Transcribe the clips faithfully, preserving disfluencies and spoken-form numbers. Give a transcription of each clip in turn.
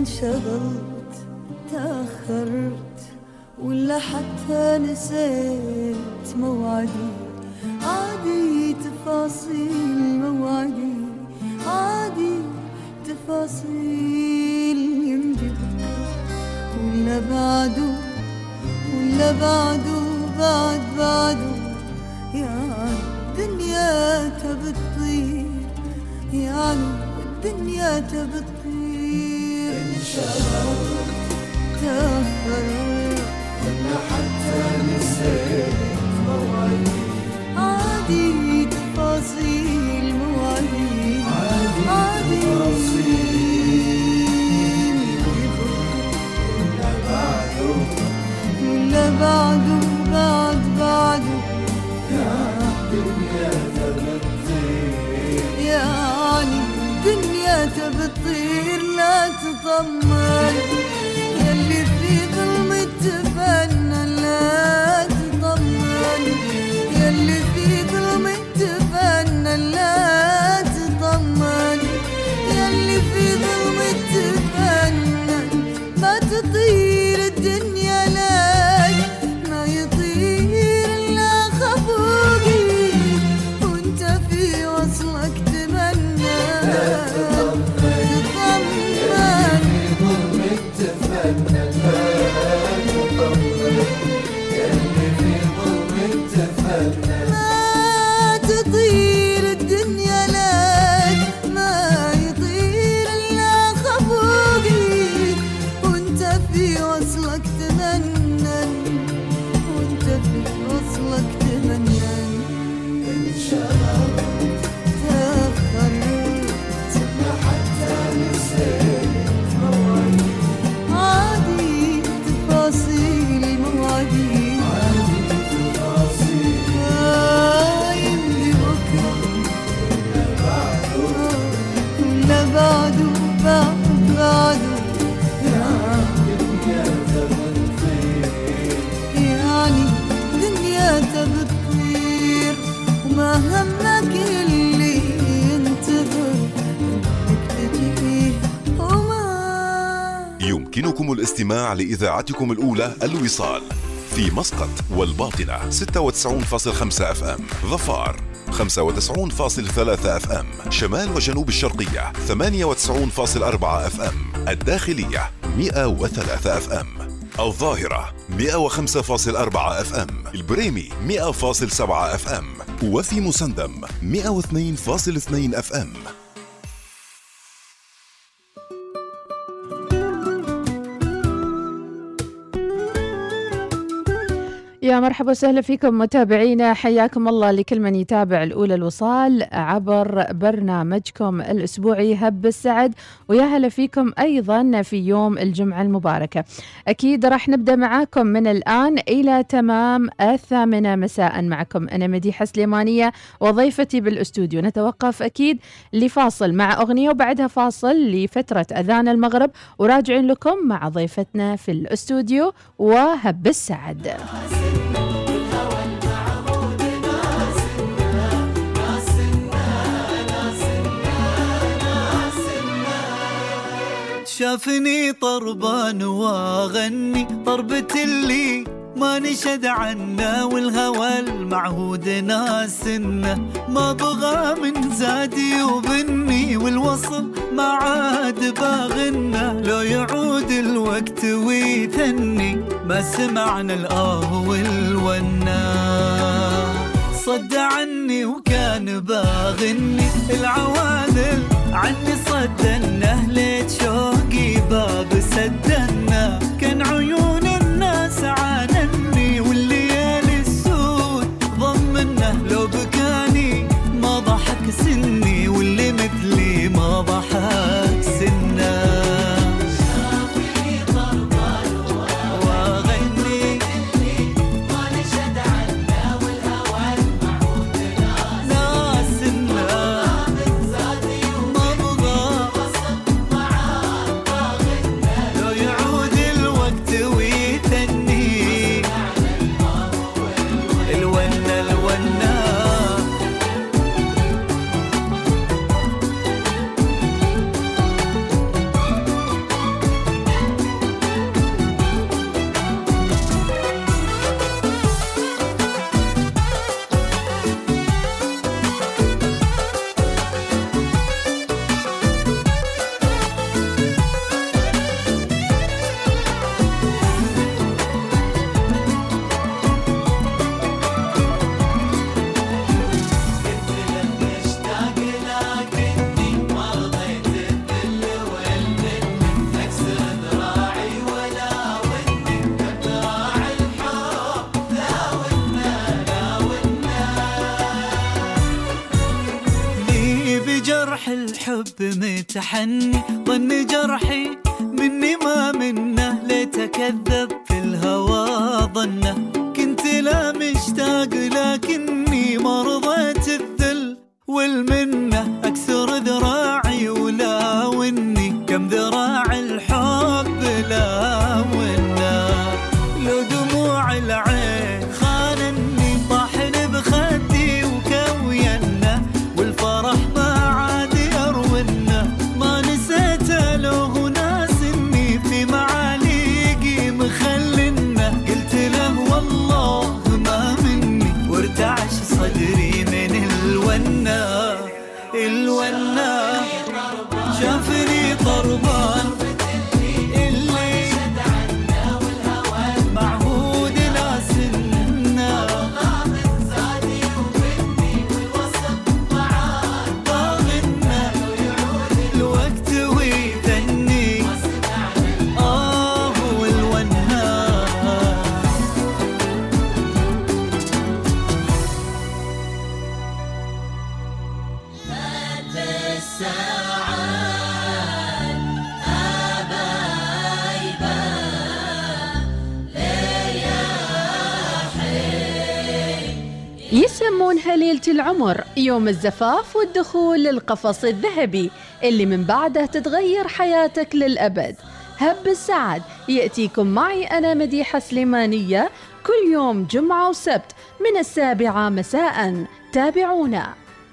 انشغلت تأخرت ولا حتى نسيت موعدي، عادي تفاصيل موعدي، عادي تفاصيل يمجد ولا بعده ولا بعده بعد بعده، يعني الدنيا تبي تطير، يعني الدنيا تبي تطير. انشغلت تأخرت ولا حتى نسيت موعدي، عادي تفاصيل موعدي، عادي, عادي تفاصيل ولا بعده ولا بعده بعد بعده، يعني الدنيا تبي تطير، يعني الدنيا تبي تطير. لا تطمن يلي في ظلمة تفنن، لا تطمن يلي في ظلمة تفنن، لا تطمن يلي في ظلمة تفنن. ما تطير الدنيا لك، ما يطير إلا خفوقي وانت في وصلك تمنى. لا تطمن ما تطير الدنيا لك، ما يطير إلا خفوقي وانت في وصلك تمنن، وانت في وصلك تمنن. انشغلت تأخرت حتى نسيت موعدي، عادي تفاصيل موعدي، عادي تفاصيل يمضي بكرة ولا بعده بعد بعده، يعني الدنيا تبي تطير، يعني الدنيا تبي تطير. وما همك اللي ينتظر انك تجيه وما. يمكنكم الاستماع لإذاعتكم الأولى الوصال في مسقط والباطنة ستة وتسعين فاصلة خمسة اف ام، ظفار خمسة وتسعين فاصلة ثلاثة اف ام، شمال وجنوب الشرقية ثمانية وتسعين فاصلة أربعة اف ام، الداخلية مئة وثلاثة اف ام، الظاهرة مئة وخمسة فاصلة أربعة اف ام، البريمي مئة فاصلة سبعة اف ام، وفي مسندم مئة واثنين فاصلة اثنين اف ام. يا مرحبا وسهلا فيكم متابعينا، حياكم الله لكل من يتابع الأولى الوصال عبر برنامجكم الأسبوعي هب السعد، ويا هلا فيكم أيضا في يوم الجمعة المباركة. أكيد راح نبدأ معاكم من الآن إلى تمام الثامنة مساء. معكم أنا مديحة سليمانية وضيفتي بالأستوديو. نتوقف أكيد لفاصل مع أغنية وبعدها فاصل لفترة أذان المغرب، وراجعين لكم مع ضيفتنا في الأستوديو وهب السعد. شافني طربان واغني طربة اللي ما نشد عنا، والهوى المعهود ناسنا ما بغى من زادي وبني، والوصل ما عاد باغنا لو يعود الوقت ويثني، ما سمعنا الآه والونا. صد عني وكان باغني العوالل عني، صدنا ليت شوقي باب سدنا، كان عيون الناس عانني والليالي السود ضمنه، لو بكاني ما ضحك سني واللي مثلي ما ضحك سنه. التحني ظن جرحي مني ما منه ليتكذب في الهوى ظنه كنت لا مشتاق لكني ما رضيت الذل والمنة أكثر ذراعي ولا وني كم ذراع الحب لا ونا لو دموع العين خانني طاحن بخدي وكوينا والفرح ما عاد يرونا ما نسيت لو هو ناسني في معاليقي مخلنا قلت له والله ما مني وارتعش صدري من الونا الونا شافني طربان اللي معهود ناسنا طاغنا الوقت ويثني آه والونا يسمونها ليلة العمر، يوم الزفاف والدخول للقفص الذهبي اللي من بعده تتغير حياتك للأبد. هب السعد يأتيكم معي أنا مديحة سليمانية كل يوم جمعة وسبت من السابعة مساء. تابعونا.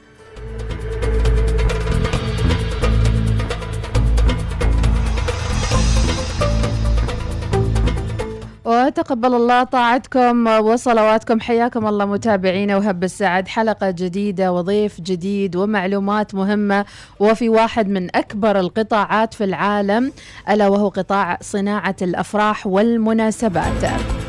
وتقبل الله طاعتكم وصلواتكم. حياكم الله متابعينا وهب السعد، حلقة جديدة وضيف جديد ومعلومات مهمة، وفي واحد من أكبر القطاعات في العالم ألا وهو قطاع صناعة الأفراح والمناسبات.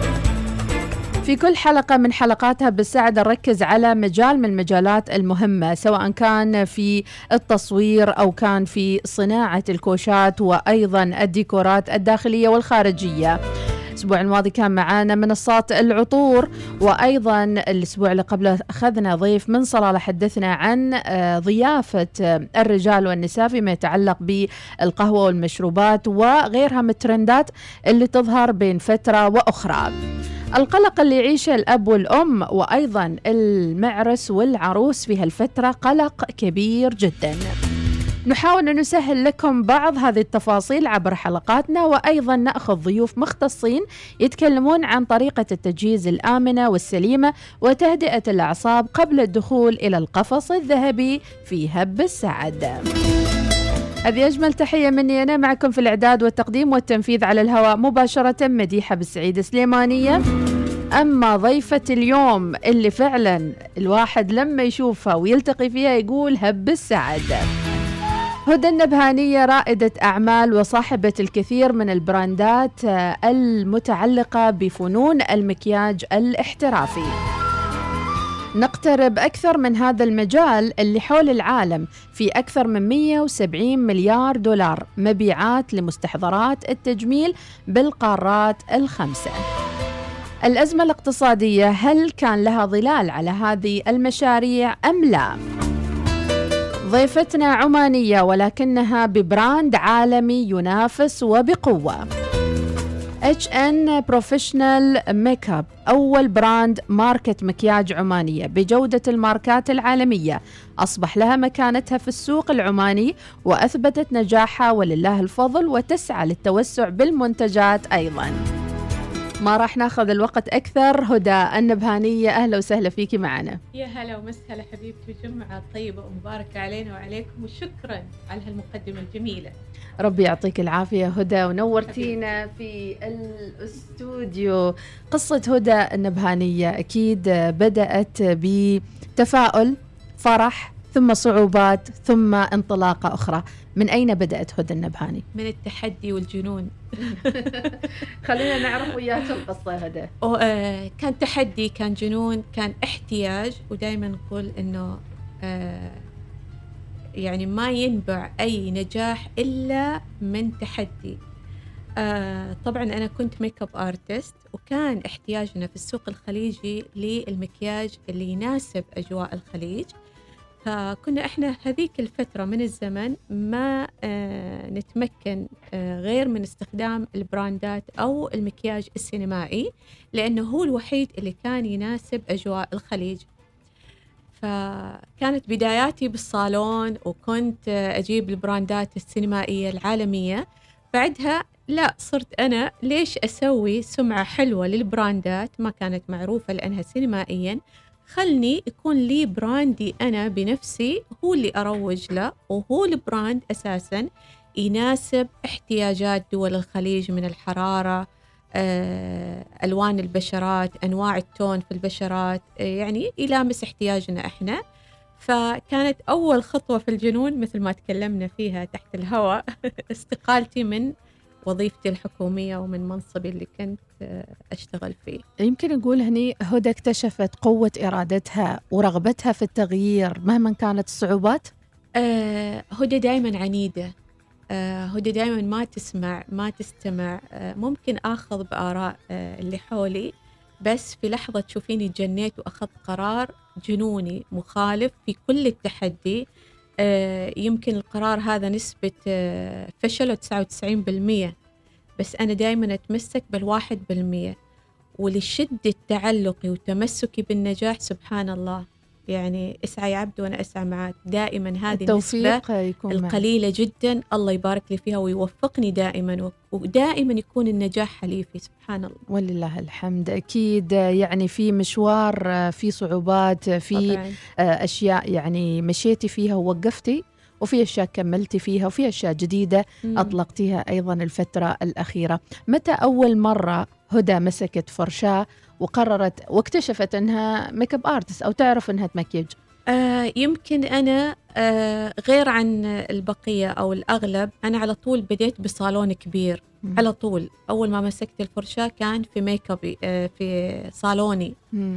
في كل حلقة من حلقاتها بالسعد نركز على مجال من المجالات المهمة، سواء كان في التصوير أو كان في صناعة الكوشات وأيضا الديكورات الداخلية والخارجية. الأسبوع الماضي كان معانا منصات العطور، وأيضا الأسبوع اللي قبله أخذنا ضيف من صلالة حدثنا عن ضيافة الرجال والنساء فيما يتعلق بالقهوة والمشروبات وغيرها من الترندات اللي تظهر بين فترة وأخرى. القلق اللي يعيشه الأب والأم وأيضا المعرس والعروس في هالفترة قلق كبير جدا. نحاول أن نسهل لكم بعض هذه التفاصيل عبر حلقاتنا، وأيضا نأخذ ضيوف مختصين يتكلمون عن طريقة التجهيز الآمنة والسليمة وتهدئة الأعصاب قبل الدخول إلى القفص الذهبي في هب السعد. هذه أجمل تحية مني أنا، معكم في الإعداد والتقديم والتنفيذ على الهواء مباشرة مديحة بالسعيد سليمانية. أما ضيفة اليوم اللي فعلا الواحد لما يشوفها ويلتقي فيها يقول هب السعد، هدى النبهانية، رائدة أعمال وصاحبة الكثير من البراندات المتعلقة بفنون المكياج الاحترافي. نقترب أكثر من هذا المجال اللي حول العالم في أكثر من مئة وسبعين مليار دولار مبيعات لمستحضرات التجميل بالقارات الخمسة. الأزمة الاقتصادية هل كان لها ظلال على هذه المشاريع أم لا؟ ضيفتنا عمانية ولكنها ببراند عالمي ينافس وبقوة. إتش إن Professional Makeup، أول براند ماركة مكياج عمانية بجودة الماركات العالمية، أصبح لها مكانتها في السوق العماني وأثبتت نجاحها ولله الفضل، وتسعى للتوسع بالمنتجات أيضاً. ما راح ناخذ الوقت أكثر، هدى النبهانية أهلا وسهلا فيكي معنا. يا هلا ومسهلا حبيبتي، جمعة طيبة ومباركة علينا وعليكم، وشكرا على هالمقدمة الجميلة. ربي يعطيك العافية هدى، ونورتينا في الاستوديو. قصة هدى النبهانية أكيد بدأت بتفاؤل، فرح، ثم صعوبات، ثم انطلاقة أخرى. من أين بدأت هدى النبهاني؟ من التحدي والجنون. خلينا نعرف وياك القصة هدى. آه كان تحدي، كان جنون، كان احتياج، ودائما نقول إنه آه يعني ما ينبع أي نجاح إلا من تحدي. آه طبعا أنا كنت ميك اب ارتست، وكان احتياجنا في السوق الخليجي للمكياج اللي يناسب أجواء الخليج، فكنا إحنا هذيك الفترة من الزمن ما آه نتمكن آه غير من استخدام البراندات أو المكياج السينمائي، لأنه هو الوحيد اللي كان يناسب أجواء الخليج. فكانت بداياتي بالصالون، وكنت آه أجيب البراندات السينمائية العالمية. بعدها لا، صرت أنا ليش أسوي سمعة حلوة للبراندات ما كانت معروفة لأنها سينمائيا، خلني يكون لي براندي أنا بنفسي هو اللي أروج له، وهو البراند أساساً يناسب احتياجات دول الخليج من الحرارة، آه، ألوان البشرات، أنواع التون في البشرات، آه، يعني يلامس احتياجنا إحنا. فكانت أول خطوة في الجنون مثل ما تكلمنا فيها تحت الهواء استقالتي من وظيفتي الحكومية ومن منصبي اللي كنت أشتغل فيه. يمكن نقول هني هدى اكتشفت قوة إرادتها ورغبتها في التغيير مهما كانت الصعوبات. آه هدى دايما عنيدة، آه هدى دايما ما تسمع ما تستمع. آه ممكن آخذ بآراء آه اللي حولي، بس في لحظة تشوفيني تجنيت وأخذت قرار جنوني مخالف في كل التحدي. آه يمكن القرار هذا نسبة آه فشله تسعة وتسعين بالمية، بس أنا دائما أتمسك بالواحد بالمية. ولشدة تعلقي وتمسكي بالنجاح سبحان الله، يعني اسعى يا عبد وأنا أسعى معك. دائما هذه النسبة القليلة معي. جدا الله يبارك لي فيها ويوفقني دائما، ودائما يكون النجاح حليفي سبحان الله. ولله الحمد. أكيد يعني في مشوار، في صعوبات، في طبعاً. أشياء يعني مشيتي فيها ووقفتي، وفي أشياء كملتي فيها، وفي أشياء جديدة م. أطلقتيها أيضا الفترة الأخيرة. متى أول مرة هدى مسكت فرشاة وقررت واكتشفت أنها ميك اب ارتست أو تعرف أنها تمكيج؟ آه يمكن أنا آه غير عن البقية أو الأغلب، أنا على طول بديت بصالون كبير. م. على طول أول ما مسكت الفرشاة كان في ميك اب آه في صالوني.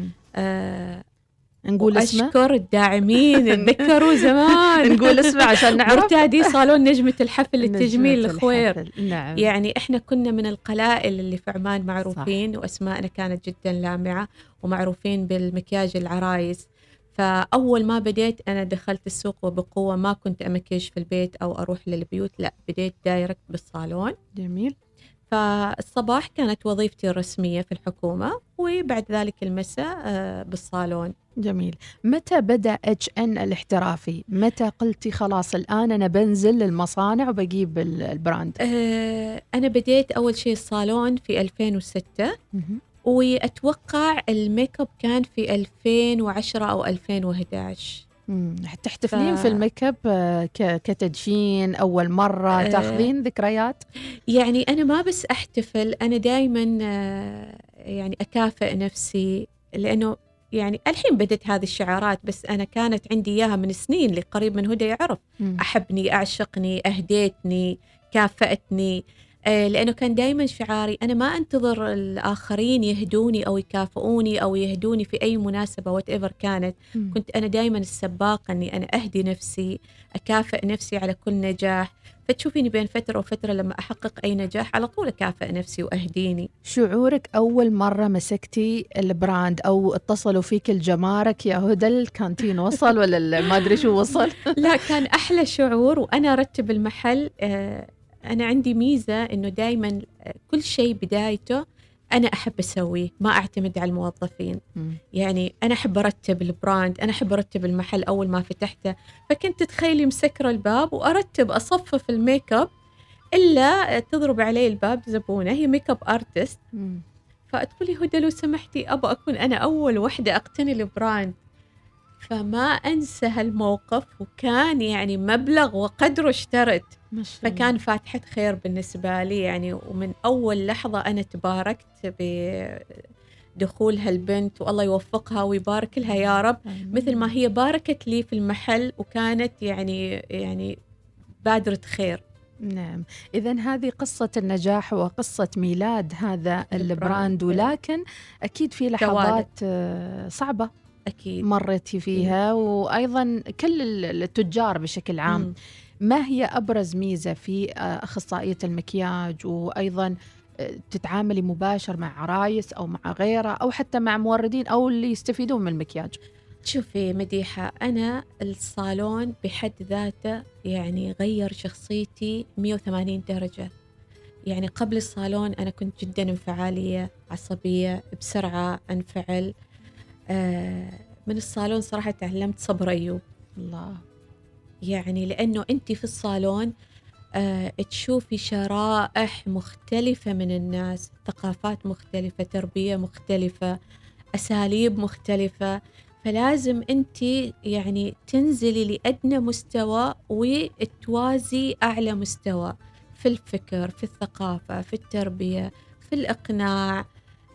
آه نقول اسمه؟ أشكر الداعمين اتذكروا زمان نقول اسمه عشان نعرف. مرتادي صالون نجمة الحفل للتجميل الخوير. نعم. يعني إحنا كنا من القلائل اللي في عمان معروفين، صح. وأسماءنا كانت جدا لامعة ومعروفين بالمكياج العرايس. فأول ما بديت أنا دخلت السوق وبقوة، ما كنت أمكيج في البيت أو أروح للبيوت، لا بديت دايركت بالصالون. جميل. فالصباح كانت وظيفتي الرسمية في الحكومة، وبعد ذلك المساء بالصالون. جميل. متى بدأ اتش ان الاحترافي؟ متى قلتي خلاص الآن أنا بنزل للمصانع وبجيب البراند؟ أه أنا بديت أول شيء الصالون في ألفين وستة، م- وأتوقع الميك اب كان في ألفين وعشرة أو ألفين وإحدى عشر. تحتفلين ف... في الميك اب كتدشين أول مرة؟ أه... تاخذين ذكريات؟ يعني أنا ما بس أحتفل، أنا دايما يعني أكافئ نفسي، لأنه يعني الحين بدت هذه الشعارات، بس أنا كانت عندي إياها من سنين. اللي قريب من هدى يعرف م. أحبني، أعشقني، أهديتني، كافأتني. آه لأنه كان دايما شعاري أنا ما أنتظر الآخرين يهدوني أو يكافئوني أو يهدوني في أي مناسبة whatever كانت. م. كنت أنا دايما السباقة أني أنا أهدي نفسي، أكافئ نفسي على كل نجاح. فتشوفيني بين فترة وفترة لما أحقق أي نجاح على طول أكافئ نفسي وأهديني. شعورك أول مرة مسكتي البراند أو اتصلوا فيك الجمارك يا هدى الكانتين وصل ولا ما أدري شو وصل؟ لا كان أحلى شعور. وأنا أرتب المحل. آه أنا عندي ميزة إنه دايما كل شيء بدايته أنا أحب أسويه، ما أعتمد على الموظفين. م. يعني أنا أحب أرتب البراند، أنا أحب أرتب المحل أول ما فتحته. فكنت تخيلي مسكرة الباب وأرتب أصفف الميك اب إلا تضرب علي الباب زبونة هي ميك اب ارتست، فتقولي هدى لو سمحتي أبغى أكون أنا أول وحدة أقتني البراند. فما أنسى هالموقف، وكان يعني مبلغ وقدره اشترت، فكان فاتحة خير بالنسبة لي يعني. ومن أول لحظة أنا تباركت بدخول هالبنت، والله يوفقها ويبارك لها يا رب، مثل ما هي باركت لي في المحل، وكانت يعني يعني بادرة خير. نعم. إذن هذه قصة النجاح وقصة ميلاد هذا البراند، ولكن أكيد في لحظات صعبة أكيد مرتي فيها، وأيضا كل التجار بشكل عام. م. ما هي أبرز ميزة في أخصائية المكياج، وأيضا تتعاملي مباشر مع عرايس أو مع غيره أو حتى مع موردين أو اللي يستفيدون من المكياج؟ شوفي مديحة، أنا الصالون بحد ذاته يعني غير شخصيتي مية وثمانين درجة. يعني قبل الصالون أنا كنت جدا انفعالية، عصبية، بسرعة أنفعل. آه من الصالون صراحة تعلمت صبر أيوب. الله. يعني لأنه أنت في الصالون آه تشوفي شرائح مختلفة من الناس، ثقافات مختلفة، تربية مختلفة، أساليب مختلفة، فلازم أنت يعني تنزلي لأدنى مستوى وتوازي أعلى مستوى في الفكر، في الثقافة، في التربية، في الإقناع.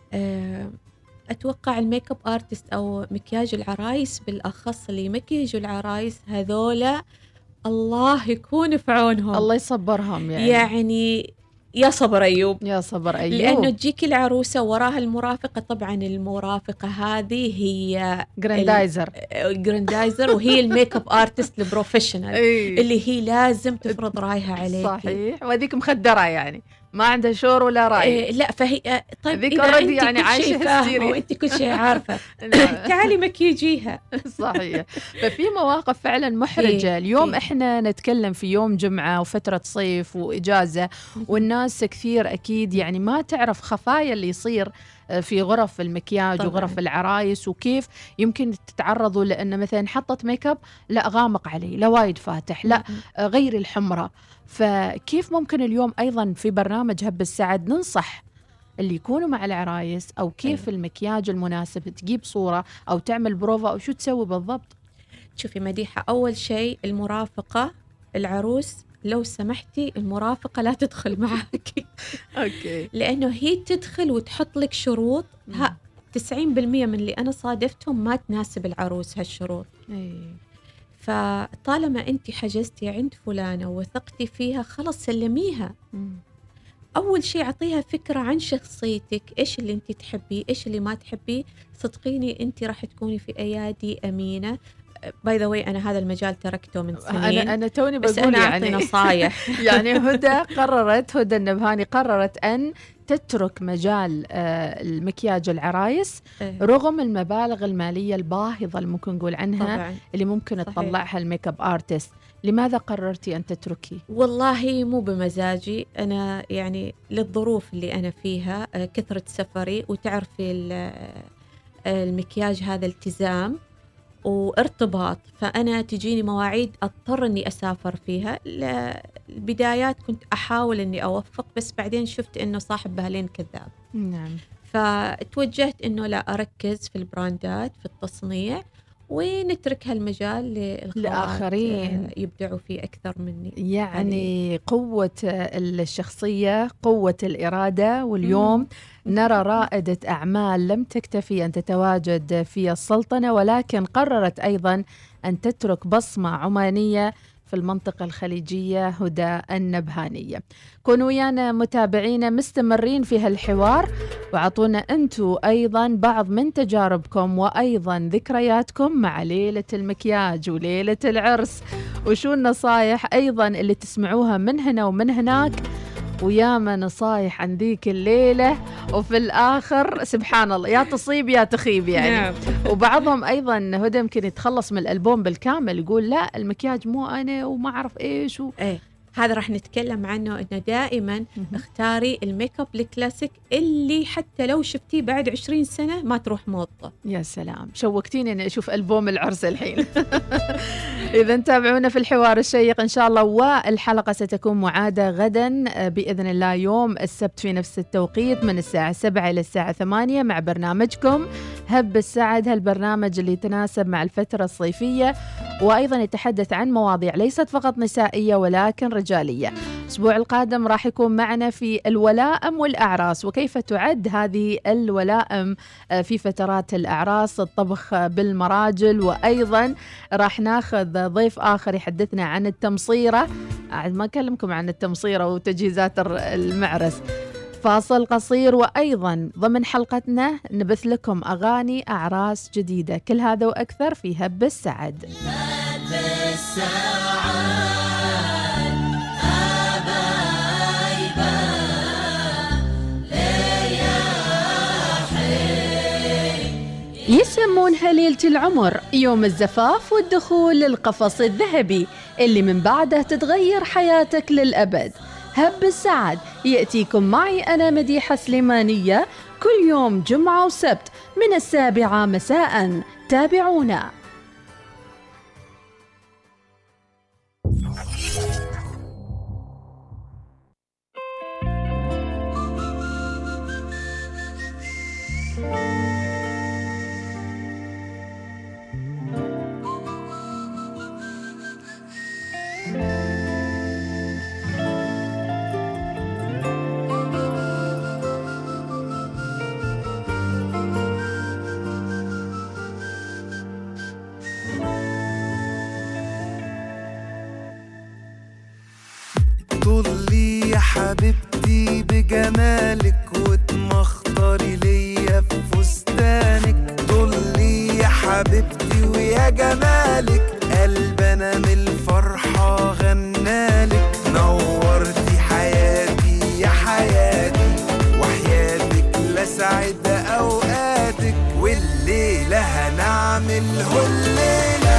آه أتوقع الميك اب آرتست أو مكياج العرايس بالأخص اللي مكياجوا العرايس هذولا الله يكون في عونهم، الله يصبرهم يعني. يعني يا صبر أيوب، يا صبر أيوب، لأنه تجيك العروسة وراها المرافقة. طبعا المرافقة هذه هي جراندايزر جراندايزر وهي الميك اب آرتست البروفيشنال اللي هي لازم تفرض رايها عليك. صحيح. وذيك مخدرة يعني ما عنده شور ولا رأي. إيه لا فهي طيب ذيك إذا أنت يعني عايشة فاهمة وأنت كل شيء عارفة تعالي مكيجيها. صحيح. ففي مواقف فعلا محرجة. اليوم احنا نتكلم في يوم جمعة وفترة صيف وإجازة، والناس كثير أكيد يعني ما تعرف خفايا اللي يصير في غرف المكياج طبعاً. وغرف العرايس، وكيف يمكن تتعرضوا لأن مثلا حطت ميك اب لا غامق عليه، لا وايد فاتح، لا غير الحمرة. فكيف ممكن اليوم أيضا في برنامج هب السعد ننصح اللي يكونوا مع العرايس أو كيف أيوة. المكياج المناسب، تجيب صورة أو تعمل بروفا أو شو تسوي بالضبط؟ شوفي مديحة، أول شيء المرافقة، العروس لو سمحتي المرافقة لا تدخل معك. أوكي. لأنه هي تدخل وتحط لك شروط ها تسعين بالمية من اللي أنا صادفتهم ما تناسب العروس هالشروط. أي. فطالما أنت حجزتي عند فلانة ووثقتي فيها خلاص سلميها. مم. أول شيء أعطيها فكرة عن شخصيتك، إيش اللي أنت تحبيه، إيش اللي ما تحبيه. صدقيني أنت راح تكوني في أيادي أمينة. باي ذا واي أنا هذا المجال تركته من سنين. أنا أنا توني بقول بس أنا يعني أعطي نصايح. يعني هدى قررت هدى النبهاني قررت أن تترك مجال آه المكياج العرايس رغم المبالغ المالية الباهظة اللي ممكن نقول عنها طبعاً. اللي ممكن صحيح. تطلعها الميك اب آرتست. لماذا قررتي أن تتركي؟ والله مو بمزاجي أنا، يعني للظروف اللي أنا فيها، كثرة سفري، وتعرفي المكياج هذا التزام وارتباط، فأنا تجيني مواعيد أضطر أني أسافر فيها. البدايات كنت أحاول أني أوفق، بس بعدين شفت أنه صاحب بالين كذاب. نعم. فتوجهت أنه لا أركز في البراندات، في التصنيع، ونترك هالمجال للآخرين يبدعوا فيه أكثر مني. يعني علي. قوة الشخصية، قوة الإرادة. واليوم مم. نرى رائدة أعمال لم تكتفي أن تتواجد في السلطنة، ولكن قررت أيضا أن تترك بصمة عمانية في المنطقة الخليجية، هدى النبهانية. كونوا ويانا متابعينا مستمرين في هالحوار، وعطونا أنتوا أيضا بعض من تجاربكم وأيضا ذكرياتكم مع ليلة المكياج وليلة العرس، وشو النصايح أيضا اللي تسمعوها من هنا ومن هناك. وياما نصايح عن ذيك الليلة، وفي الآخر سبحان الله يا تصيب يا تخيب يعني. نعم. وبعضهم أيضا هدى يمكن يتخلص من الألبوم بالكامل، يقول لا المكياج مو أنا وما أعرف إيش و... إيه. هذا راح نتكلم عنه، إنه دائما اختاري الميك اب الكلاسيك اللي حتى لو شفتيه بعد عشرين سنة ما تروح موضة. يا سلام، شوقتيني أني أشوف ألبوم العرس الحين. إذا تابعونا في الحوار الشيق إن شاء الله، والحلقة ستكون معادة غدا بإذن الله يوم السبت في نفس التوقيت من الساعة سبعة إلى الساعة ثمانية مع برنامجكم هب السعد، هالبرنامج اللي يتناسب مع الفترة الصيفية وأيضا يتحدث عن مواضيع ليست فقط نسائية ولكن رجالية. الأسبوع القادم راح يكون معنا في الولائم والأعراس، وكيف تعد هذه الولائم في فترات الأعراس، الطبخ بالمراجل، وأيضا راح ناخذ ضيف آخر يحدثنا عن التمصيرة. عاد ما أكلمكم عن التمصيرة وتجهيزات المعرس. فاصل قصير، وأيضا ضمن حلقتنا نبث لكم أغاني أعراس جديدة. كل هذا وأكثر في هب السعد. هب السعد يسمونها ليلة العمر، يوم الزفاف والدخول للقفص الذهبي اللي من بعده تتغير حياتك للأبد. هب السعد يأتيكم معي أنا مديحة سليمانية كل يوم جمعة وسبت من السابعة مساء. تابعونا. طلي يا حبيبتي بجمالك وتمخطري ليا في فستانك. طلي يا حبيبتي ويا جمالك قلبنا من الفرحة غنالك. نورتي حياتي يا حياتي وحياتك لسعد أوقاتك. والليلة هنعمله الليلة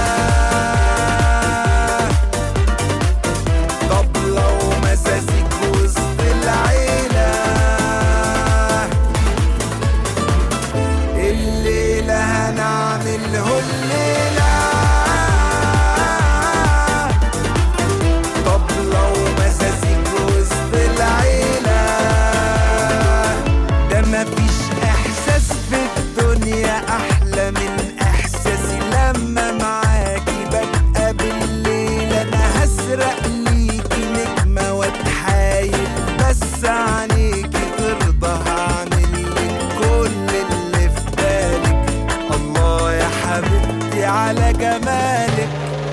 على جمالك.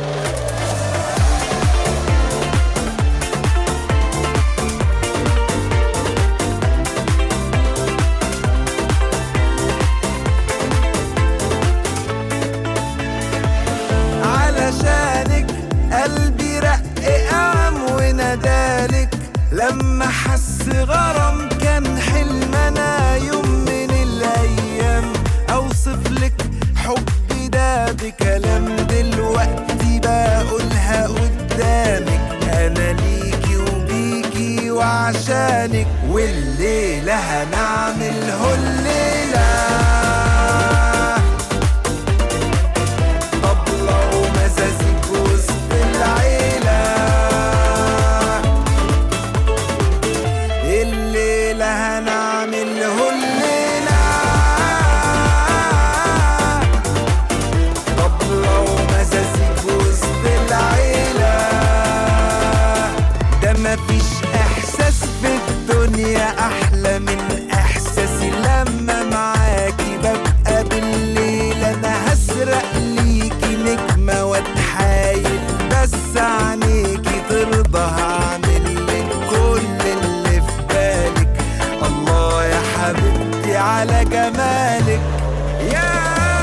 علشانك قلبي رق قام وندالك. لما حس غرام كان حلم انا يوم من الايام اوصفلك حبي ده بكلام دلوقتي بقولها قدامك. انا ليكي وبيكي وعشانك والليلة هنعمله الليلة طبلة ومزازيك وسط العيلة. الليلة هنعمله الليلة طبلة ومزازيك وسط العيلة. ده مفيش احساس في الدنيا احلى من احساسي لما معاكي ببقى بالليل. انا هسرق ليكي نجمة واتحايل بس عينيكي ترضى هعملك كل اللي في بالك. الله يا حبيبتي على جمالك يا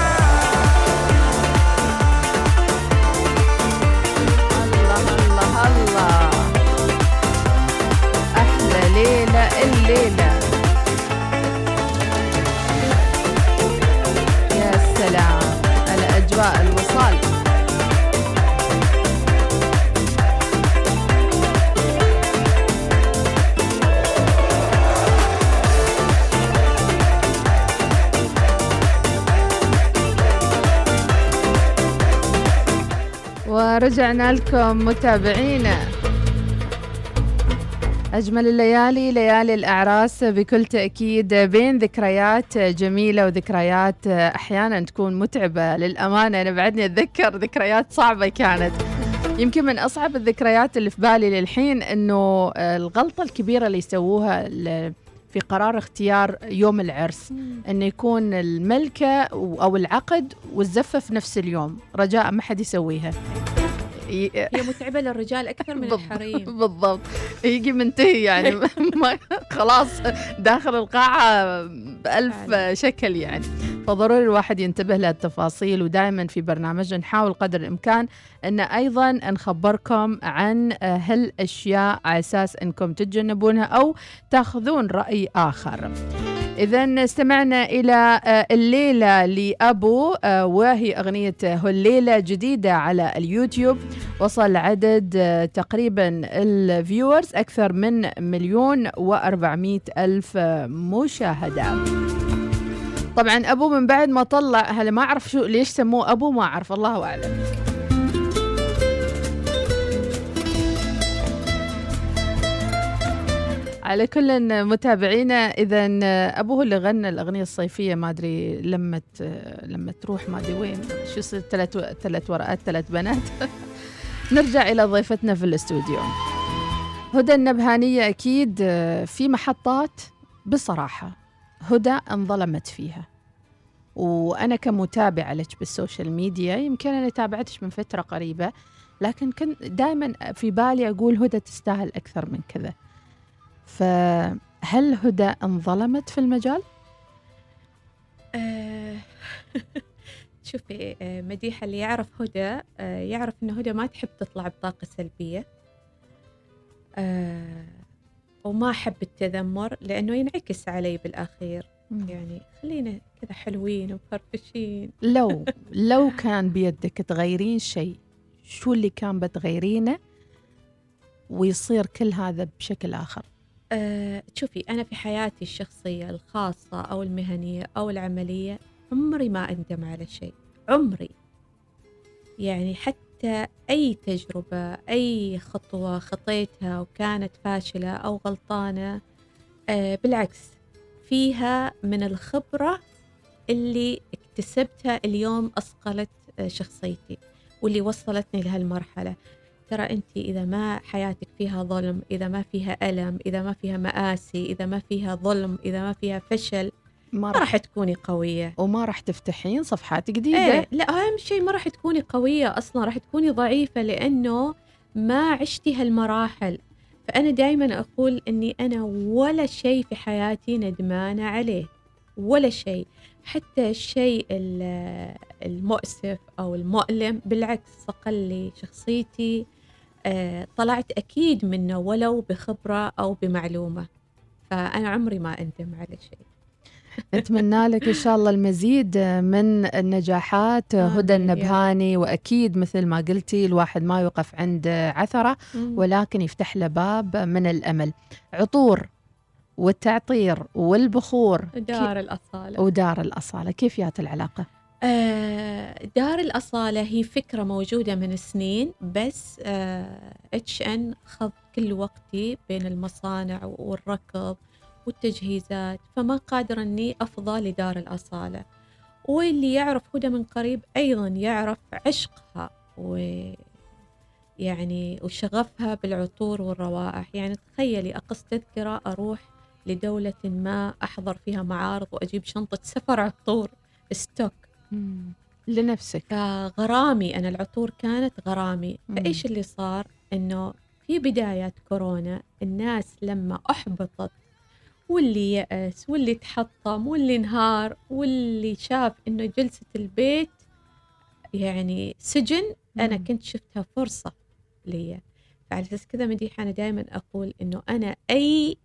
الله الله الله. أحلى ليلة الليلة. يا سلام على أجواء الوصال. ورجعنا لكم متابعينا. أجمل الليالي ليالي الأعراس بكل تأكيد، بين ذكريات جميلة وذكريات أحيانا تكون متعبة للأمانة. أنا بعدني أتذكر ذكريات صعبة كانت، يمكن من أصعب الذكريات اللي في بالي للحين أنه الغلطة الكبيرة اللي يسووها في قرار اختيار يوم العرس، أنه يكون الملكة أو العقد والزفة في نفس اليوم. رجاء ما حد يسويها، هي متعبة للرجال أكثر من الحريم. بالضبط، يجي منتهي يعني ما خلاص داخل القاعة بألف شكل يعني. فضروري الواحد ينتبه للتفاصيل، ودائما في برنامجنا نحاول قدر الإمكان أن أيضا نخبركم عن هالأشياء على أساس أنكم تتجنبونها أو تأخذون رأي آخر. إذن استمعنا إلى الليلة لأبو، وهي أغنية هالليلة جديدة على اليوتيوب. وصل عدد تقريبا الفيورز أكثر من مليون وأربعمائة ألف مشاهدة. طبعا أبو من بعد ما طلع، هلا ما أعرف شو ليش سموه أبو، ما أعرف، الله أعلم. على كل متابعينا، إذا أبو هو اللي غنى الأغنية الصيفية، ما أدري لما لما تروح ما أدري وين، شو يصير ثلاث ثلاث ورقات ثلاث بنات. نرجع إلى ضيفتنا في الاستوديو هدى النبهانية. أكيد في محطات بصراحة هدى انظلمت فيها، وأنا كمتابعة لك بالسوشيال ميديا، يمكن أنا تابعتش من فترة قريبة، لكن كنت دائما في بالي أقول هدى تستاهل أكثر من كذا. فهل هدى انظلمت في المجال؟ أه شوفي أه مديحة، اللي يعرف هدى أه يعرف إن هدى ما تحب تطلع بطاقة سلبية، أه وما أحب التذمر لأنه ينعكس علي بالأخير. م. يعني خلينا كذا حلوين ومفرفشين. لو لو كان بيدك تغيرين شيء، شو اللي كان بتغيرينه ويصير كل هذا بشكل آخر؟ أه، شوفي، أنا في حياتي الشخصية الخاصة أو المهنية أو العملية عمري ما أندم على شيء، عمري. يعني حتى أي تجربة، أي خطوة خطيتها وكانت فاشلة أو غلطانة، أه بالعكس، فيها من الخبرة اللي اكتسبتها اليوم أصقلت شخصيتي واللي وصلتني لهالمرحلة. ترى أنت إذا ما حياتك فيها ظلم، إذا ما فيها ألم، إذا ما فيها مآسي، إذا ما فيها ظلم، إذا ما فيها فشل، ما راح تكوني قوية وما راح تفتحين صفحات جديدة. ايه لا، أهم شيء ما راح تكوني قوية أصلا، راح تكوني ضعيفة لأنه ما عشتي هالمراحل. فأنا دايما أقول أني أنا ولا شيء في حياتي ندمانة عليه، ولا شيء، حتى الشيء المؤسف أو المؤلم بالعكس صقل لي شخصيتي. آه، طلعت أكيد منه ولو بخبرة أو بمعلومة، فأنا عمري ما أندم على شيء. نتمنى لك إن شاء الله المزيد من النجاحات هدى النبهاني، وأكيد مثل ما قلتي الواحد ما يوقف عند عثرة ولكن يفتح له باب من الأمل. عطور والتعطير والبخور دار الأصالة ودار الأصالة، كيف جات العلاقة؟ آه دار الأصالة هي فكرة موجودة من سنين، بس اتش آه ان خذ كل وقتي بين المصانع والركض والتجهيزات، فما قادرة أني أفضى لدار الأصالة. واللي يعرف هدى من قريب أيضا يعرف عشقها ويعني وشغفها بالعطور والروائح. يعني تخيلي أقص تذكرة أروح لدولة ما أحضر فيها معارض وأجيب شنطة سفر عطور ستوك مم. لنفسك. فغرامي أنا العطور كانت غرامي. مم. فإيش اللي صار؟ إنه في بدايات كورونا الناس لما أحبطت واللي يأس واللي تحطم واللي انهار واللي شاف إنه جلسة البيت يعني سجن، أنا كنت شفتها فرصة لي. فعلى أساس كذا مديحة أنا دائما أقول إنه أنا أي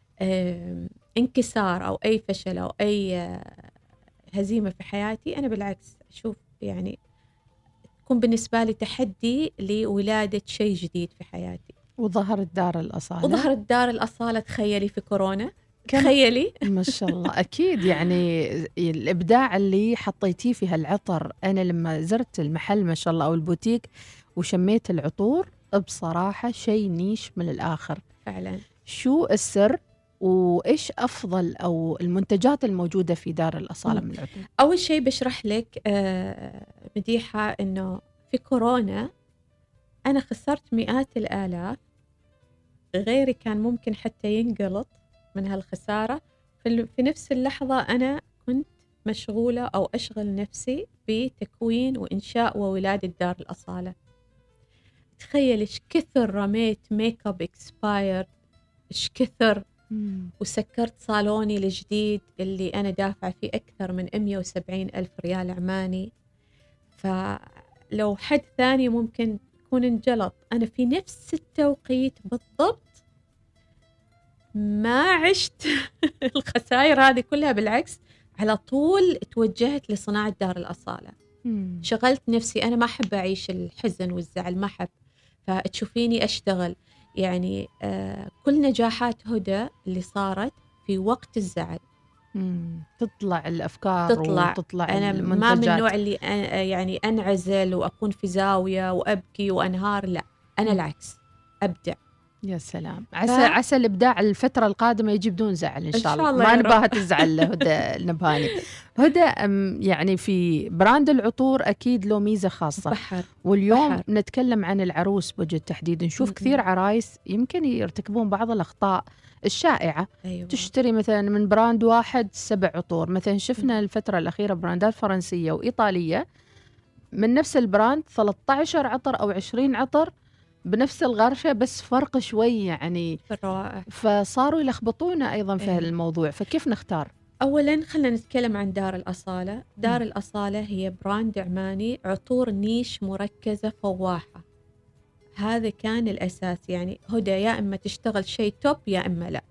انكسار أو أي فشل أو أي هزيمة في حياتي أنا بالعكس أشوف يعني تكون بالنسبة لي تحدي لولادة شيء جديد في حياتي. وظهرت دار الأصالة وظهرت دار الأصالة تخيلي في كورونا، تخيلي ما شاء الله. أكيد يعني الإبداع اللي حطيتيه في هالعطر. أنا لما زرت المحل ما شاء الله أو البوتيك وشميت العطور بصراحة شيء نيش من الآخر فعلا. شو السر وإيش أفضل أو المنتجات الموجودة في دار الأصالة من العطور؟ أول شيء بشرح لك آه مديحة إنه في كورونا أنا خسرت مئات الآلاف، غيري كان ممكن حتى ينقلط من هالخسارة. في نفس اللحظة أنا كنت مشغولة أو أشغل نفسي بتكوين وإنشاء وولادة دار الأصالة. تخيل إيش كثر رميت ميك اب اكسبايرد، إيش كثر مم. وسكرت صالوني الجديد اللي أنا دافعة فيه أكثر من مئة وسبعين ألف ريال عماني. فلو حد ثاني ممكن يكون انجلط، أنا في نفس التوقيت بالضبط ما عشت الخسائر هذه كلها، بالعكس على طول توجهت لصناعة دار الأصالة. مم. شغلت نفسي، أنا ما أحب أعيش الحزن والزعل، ما أحب، فتشوفيني أشتغل يعني آه كل نجاحات هدى اللي صارت في وقت الزعل. مم. تطلع الأفكار تطلع وتطلع أنا المنتجات. ما من النوع اللي أ- يعني أنعزل وأكون في زاوية وأبكي وأنهار، لا أنا مم. العكس، أبدع. يا سلام، عسى ف... عسى الإبداع الفترة القادمة يجي بدون زعل إن إن شاء الله, شاء الله ما يا رب. نباها تزعل هدى النبهاني. هدى أم، يعني في براند العطور أكيد له ميزة خاصة، بحر. واليوم بحر. نتكلم عن العروس بوجه التحديد. نشوف م-م. كثير عرايس يمكن يرتكبون بعض الأخطاء الشائعة. أيوة. تشتري مثلا من براند واحد سبع عطور، مثلا شفنا الفترة الأخيرة براندات فرنسية وإيطالية من نفس البراند ثلاثة عشر عطر أو عشرين عطر بنفس الغرشة، بس فرق شوي يعني في الروائح. فصاروا يلخبطونا أيضا في أيوة. الموضوع. فكيف نختار؟ أولاً خلنا نتكلم عن دار الأصالة. دار م. الأصالة هي براند عماني، عطور نيش مركزة فواحة. هذا كان الأساس، يعني هدى يا إما تشتغل شيء توب يا إما لا.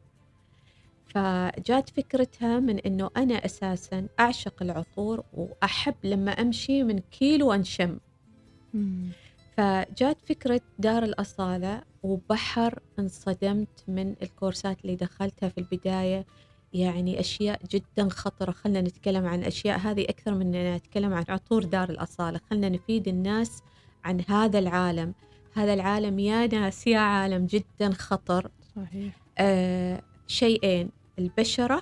فجات فكرتها من إنه أنا أساساً أعشق العطور وأحب لما أمشي من كيلو أنشم. مم. فجات فكرة دار الأصالة، وبحر انصدمت من الكورسات اللي دخلتها في البداية، يعني أشياء جدا خطرة. خلنا نتكلم عن أشياء هذه أكثر من أن نتكلم عن عطور دار الأصالة. خلنا نفيد الناس عن هذا العالم. هذا العالم يا ناس يا عالم جدا خطر. صحيح. آه شيئين، البشرة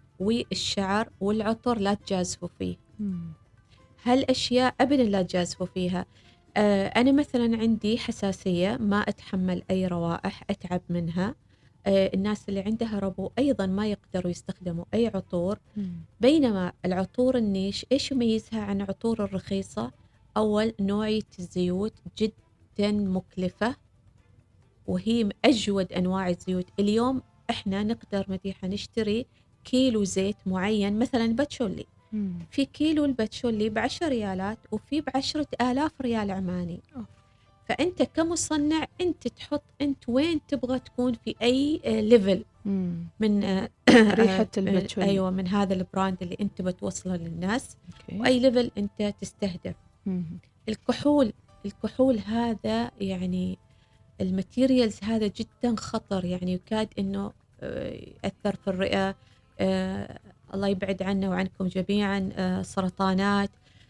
والشعر والعطر لا تجازفوا فيه. مم. هالأشياء أبدا لا تجازفوا فيها. آه أنا مثلا عندي حساسية، ما أتحمل أي روائح، أتعب منها. آه الناس اللي عندها ربو أيضا ما يقدروا يستخدموا أي عطور. مم. بينما العطور النيش إيش يميزها عن عطور الرخيصة؟ أول، نوعية الزيوت جدا مكلفة، وهي من أجود أنواع الزيوت. اليوم إحنا نقدر مديحة نشتري كيلو زيت معين، مثلا باتشولي، مم. في كيلو الباتشولي بعشر ريالات وفي بعشرة آلاف ريال عماني. أوه. فأنت كمصنع أنت تحط أنت وين تبغى تكون في أي ليفل مم. من ريحة الباتشولي. أيوة، من هذا البراند اللي أنت بتوصله للناس. أوكي. وأي ليفل أنت تستهدف. مم. الكحول الكحول هذا يعني الماتيريالز هذا جدا خطر، يعني يكاد أنه يأثر في الرئة. آه الله يبعد عنا وعنكم جميعا آه سرطانات.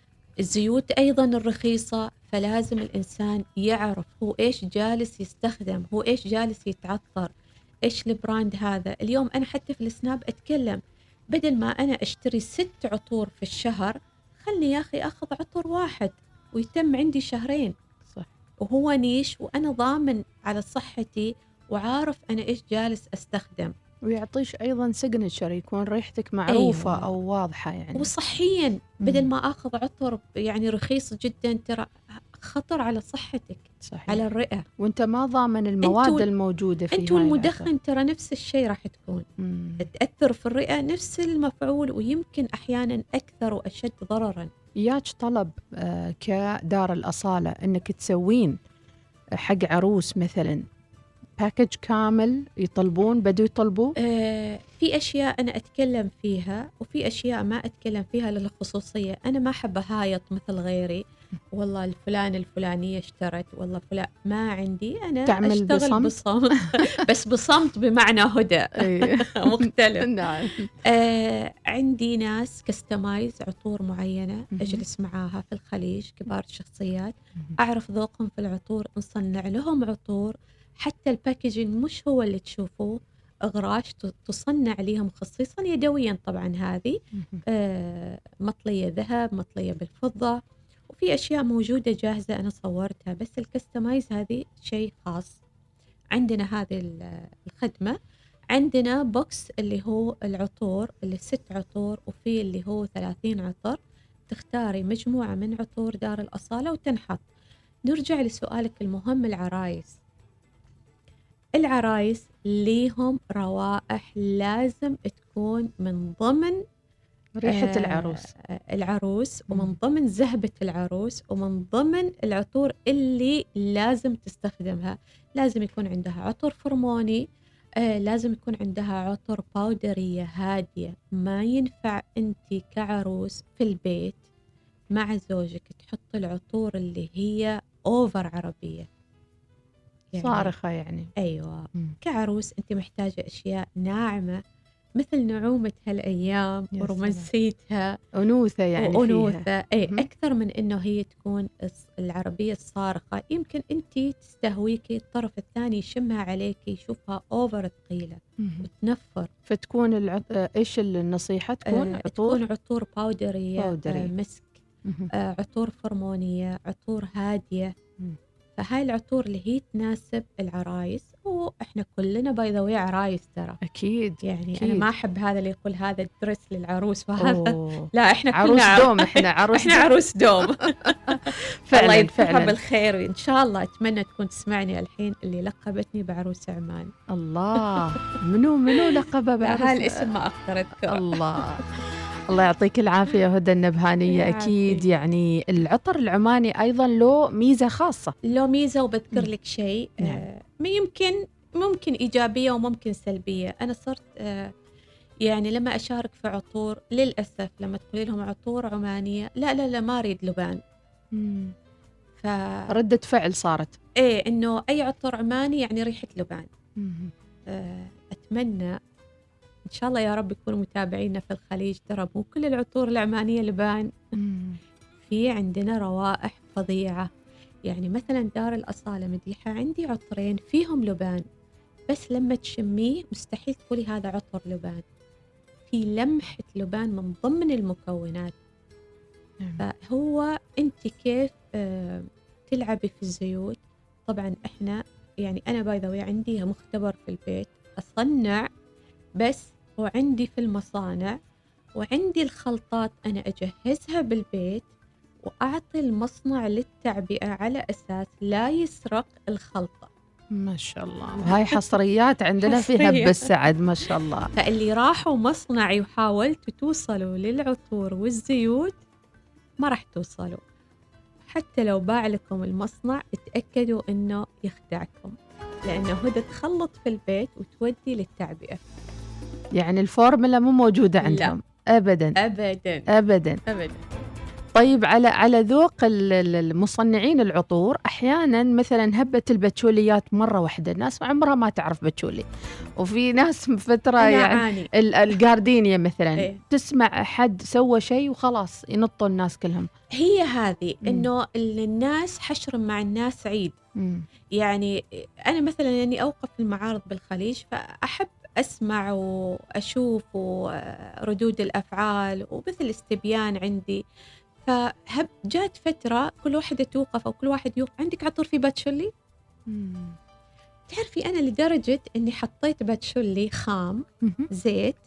الزيوت أيضا الرخيصة، فلازم الإنسان يعرف هو إيش جالس يستخدم، هو إيش جالس يتعطر، إيش البراند هذا. اليوم أنا حتى في السناب أتكلم، بدل ما أنا أشتري ست عطور في الشهر، خلني يا أخي أخذ عطر واحد ويتم عندي شهرين. صح. وهو نيش وأنا ضامن على صحتي وعارف أنا إيش جالس أستخدم. ويعطيش أيضا سيجنتشر، يكون ريحتك معروفة. أيوة. أو واضحة يعني. وصحيا، بدل مم. ما أخذ عطر يعني رخيص جدا، ترى خطر على صحتك. صحيح. على الرئة. وانت ما ضامن المواد انتو الموجودة فيها. أنت والمدخن ترى نفس الشيء راح تكون مم. تأثر في الرئة نفس المفعول، ويمكن أحيانا أكثر وأشد ضررا. ياج طلب آه كدار الأصالة أنك تسوين حق عروس مثلا باكج كامل، يطلبون بدو يطلبوا؟ آه في أشياء أنا أتكلم فيها وفي أشياء ما أتكلم فيها للخصوصية. أنا ما أحب أهايط مثل غيري، والله الفلان الفلانية اشترت، والله فلان. ما عندي، أنا تعمل أشتغل بصمت؟ بصمت بس بصمت بمعنى هدى مختلف. نعم. آه عندي ناس كستمايز عطور معينة، أجلس معاها في الخليج، كبار الشخصيات، أعرف ذوقهم في العطور، نصنع لهم عطور. حتى الباكجين مش هو اللي تشوفوه، إغراش تصنع ليهم خصيصا يدويا طبعا. هذه آه مطلية ذهب، مطلية بالفضة، وفي أشياء موجودة جاهزة أنا صورتها. بس الكستمايز هذه شيء خاص. عندنا هذه الخدمة. عندنا بوكس اللي هو العطور اللي ست عطور، وفي اللي هو ثلاثين عطر. تختاري مجموعة من عطور دار الأصالة وتنحط. نرجع لسؤالك المهم، العرايس. العرايس ليهم روائح لازم تكون من ضمن ريحة آه العروس العروس ومن ضمن زهبة العروس ومن ضمن العطور اللي لازم تستخدمها. لازم يكون عندها عطر فرموني، آه لازم يكون عندها عطر باودرية هادية. ما ينفع أنت كعروس في البيت مع زوجك تحط العطور اللي هي أوفر عربية يعني صارخة يعني. أيوة. م. كعروس أنت محتاجة أشياء ناعمة مثل نعومة هالأيام ورومانسيتها، أنوثة يعني وأنوثة أي م. أكثر من إنه هي تكون العربية الصارخة. يمكن أنت تستهويكي الطرف الثاني يشمها عليكي يشوفها أوفر ثقيلة وتنفر. فتكون العط... إيش النصيحة تكون؟ آه عطور تكون عطور باودرية, باودرية. آه مسك، آه عطور فرمونية، عطور هادية. م. فهاي العطور اللي هي تناسب العرايس، وإحنا كلنا باي ذا واي عرايس ترى. أكيد يعني أكيد. أنا ما أحب هذا اللي يقول هذا الدرس للعروس وهذا أوه. لا إحنا عروس كلنا دوم. إحنا عروس إحنا عروس دوم. فعلا الله يذكرها فعلا بالخير، وإن شاء الله أتمنى تكون تسمعني الحين اللي لقبتني بعروس عمان. الله، منو منو لقبها بعروس؟ هذا الاسم ما أقدر أذكره. الله الله يعطيك العافية هدى النبهانية. أكيد يعني العطر العماني أيضا له ميزة خاصة. له ميزة، وبذكر لك شيء نعم. آه يمكن ممكن إيجابية وممكن سلبية. أنا صرت آه يعني لما أشارك في عطور للأسف لما تقولي لهم عطور عمانية لا لا لا ما أريد لبان. مم. فردة فعل صارت إيه إنه أي عطر عماني يعني ريحة لبان. آه أتمنى إن شاء الله يا رب يكونوا متابعينا في الخليج. ترى مو كل العطور العمانية لبان. في عندنا روائح فظيعة. يعني مثلا دار الأصالة مديحة عندي عطرين فيهم لبان، بس لما تشميه مستحيل تقولي هذا عطر لبان، في لمحة لبان من ضمن المكونات. فهو أنت كيف آه تلعبي في الزيوت. طبعا إحنا يعني أنا باي ذا واي عندي مختبر في البيت أصنع بس، وعندي في المصانع، وعندي الخلطات أنا أجهزها بالبيت وأعطي المصنع للتعبئة على أساس لا يسرق الخلطة. ما شاء الله. وهاي حصريات عندنا في هب السعد ما شاء الله. فاللي راحوا مصنعي وحاولتوا توصلوا للعطور والزيوت ما راح توصلوا. حتى لو باع لكم المصنع اتأكدوا إنه يخدعكم، لأنه هدى تخلط في البيت وتودي للتعبئة. يعني الفورمولا مو موجودة عندهم؟ لا. أبداً أبداً أبداً أبداً. طيب على على ذوق المصنعين العطور، أحياناً مثلاً هبة البتشوليات مرة واحدة الناس عمرها ما تعرف بتشولي، وفي ناس فترة يعني الجاردينيا مثلاً إيه؟ تسمع حد سوى شيء وخلاص ينطوا الناس كلهم. هي هذه إنه الناس حشر مع الناس عيد. مم. يعني أنا مثلاً يعني أوقف المعارض بالخليج فأحب أسمع وأشوف ردود الأفعال ومثل استبيان عندي. فهب جات فترة كل واحدة توقف أو كل واحد يوقف، عندك عطر في باتشولي؟ تعرفي أنا لدرجة أني حطيت باتشولي خام زيت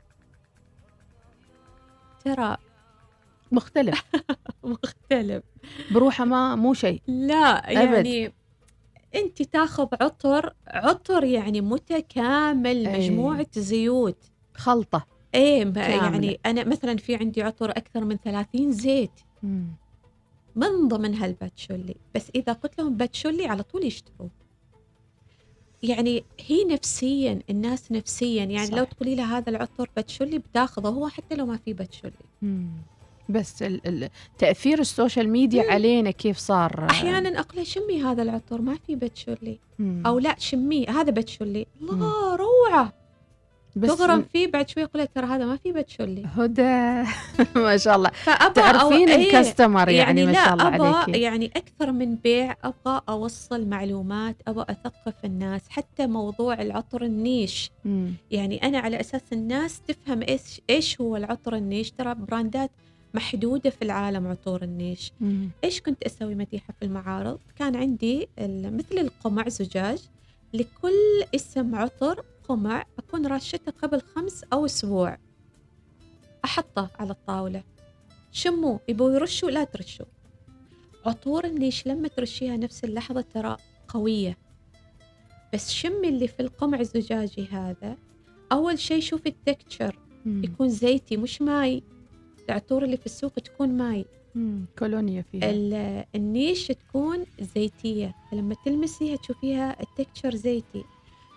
ترى مختلف مختلف بروحه ما مو شيء. لا يعني أبد. أنت تاخذ عطر عطر يعني متكامل. أي. مجموعة زيوت خلطة ايه يعني انا مثلا في عندي عطر اكثر من ثلاثين زيت مم. من ضمنها الباتشولي. بس اذا قلت لهم باتشولي على طول يشتروا. يعني هي نفسيا الناس نفسيا يعني صح. لو تقولي لها هذا العطر باتشولي بتاخذه هو حتى لو ما في باتشولي. مم. بس تأثير السوشيال ميديا مم. علينا كيف صار. احيانا اقول شمي هذا العطر ما في باتشولي، او لا شمي هذا باتشولي الله مم. روعة تغرم فيه، بعد شوي يقول لك ترى هذا ما في بتشولي. هدى ما شاء الله تعرفين الكاستمر يعني, يعني ما شاء الله عليكي. يعني أكثر من بيع أبغى أوصل معلومات، أبغى أثقف الناس. حتى موضوع العطر النيش مم. يعني أنا على أساس الناس تفهم إيش إيش هو العطر النيش. ترى براندات محدودة في العالم عطور النيش. مم. إيش كنت أسوي مديحة في المعارض؟ كان عندي مثل القمع زجاج لكل اسم عطر قمع أكون راشته قبل خمس أو أسبوع، أحطه على الطاولة. شموا يبوا يرشوا لا ترشوا. عطور النيش لما ترشيها نفس اللحظة ترى قوية، بس شمي اللي في القمع الزجاجي هذا. أول شيء شوفي التكتشر يكون زيتي مش ماي. العطور اللي في السوق تكون ماي مم. كولونيا فيها. النيش تكون زيتية، فلما تلمسيها تشوفيها التكتشر زيتي.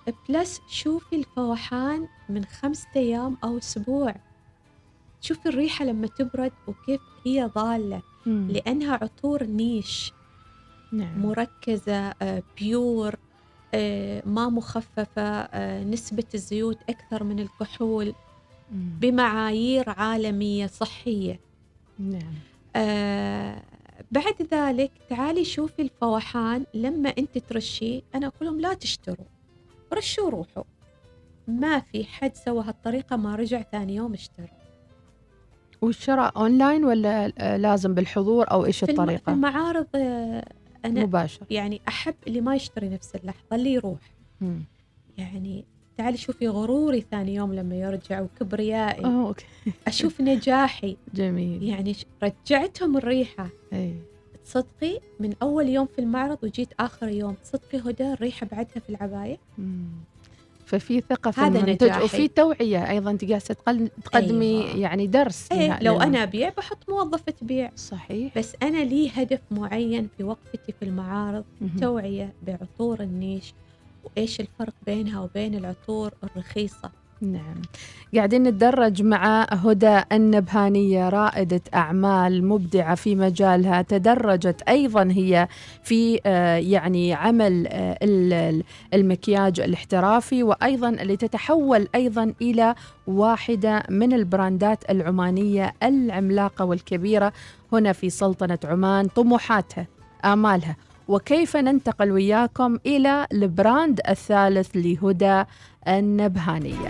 بلس شوفي الفوحان من خمسة أيام أو أسبوع، شوفي الريحة لما تبرد وكيف هي ضالة. مم. لأنها عطور نيش، نعم. مركزة، آه، بيور، آه، ما مخففة، آه، نسبة الزيوت أكثر من الكحول، مم. بمعايير عالمية صحية. نعم. آه بعد ذلك تعالي شوفي الفوحان لما أنت ترشي. أنا أقولهم لا تشتروا، رشوا روحوا. ما في حد سوى هالطريقة ما رجع ثاني يوم اشترى. والشراء أونلاين ولا آه، لازم بالحضور أو إيش في الم- الطريقة؟ في المعارض آه، أنا مباشر. يعني أحب اللي ما يشتري نفس اللحظة اللي يروح. مم. يعني تعالي شوفي غروري ثاني يوم لما يرجع وكبريائي، أوه، أوكي. أشوف نجاحي. جميل. يعني ش- رجعتهم الريحة. أي. تصدقي من أول يوم في المعرض وجيت آخر يوم، تصدقي هدى الريحة بعدها في العباية. مم. ففي ثقة في هذا المنتج نجاحي. وفي توعية أيضا، أنت قاعدة تقل- تقدمي أيوة. يعني درس. إيه لها- لو لنا. أنا أبيع بحط موظفة تبيع، صحيح. بس أنا لي هدف معين في وقفتي في المعارض، مهم. توعية بعطور النيش وإيش الفرق بينها وبين العطور الرخيصة. نعم. قاعدين نتدرج مع هدى النبهانية، رائدة أعمال مبدعة في مجالها، تدرجت أيضا هي في آه، يعني عمل آه، ال- ال- المكياج الاحترافي، وأيضا اللي تتحول أيضا إلى واحدة من البراندات العمانية العملاقة والكبيرة هنا في سلطنة عمان. طموحاتها، آمالها، وكيف ننتقل وياكم إلى البراند الثالث لهدى النبهانية.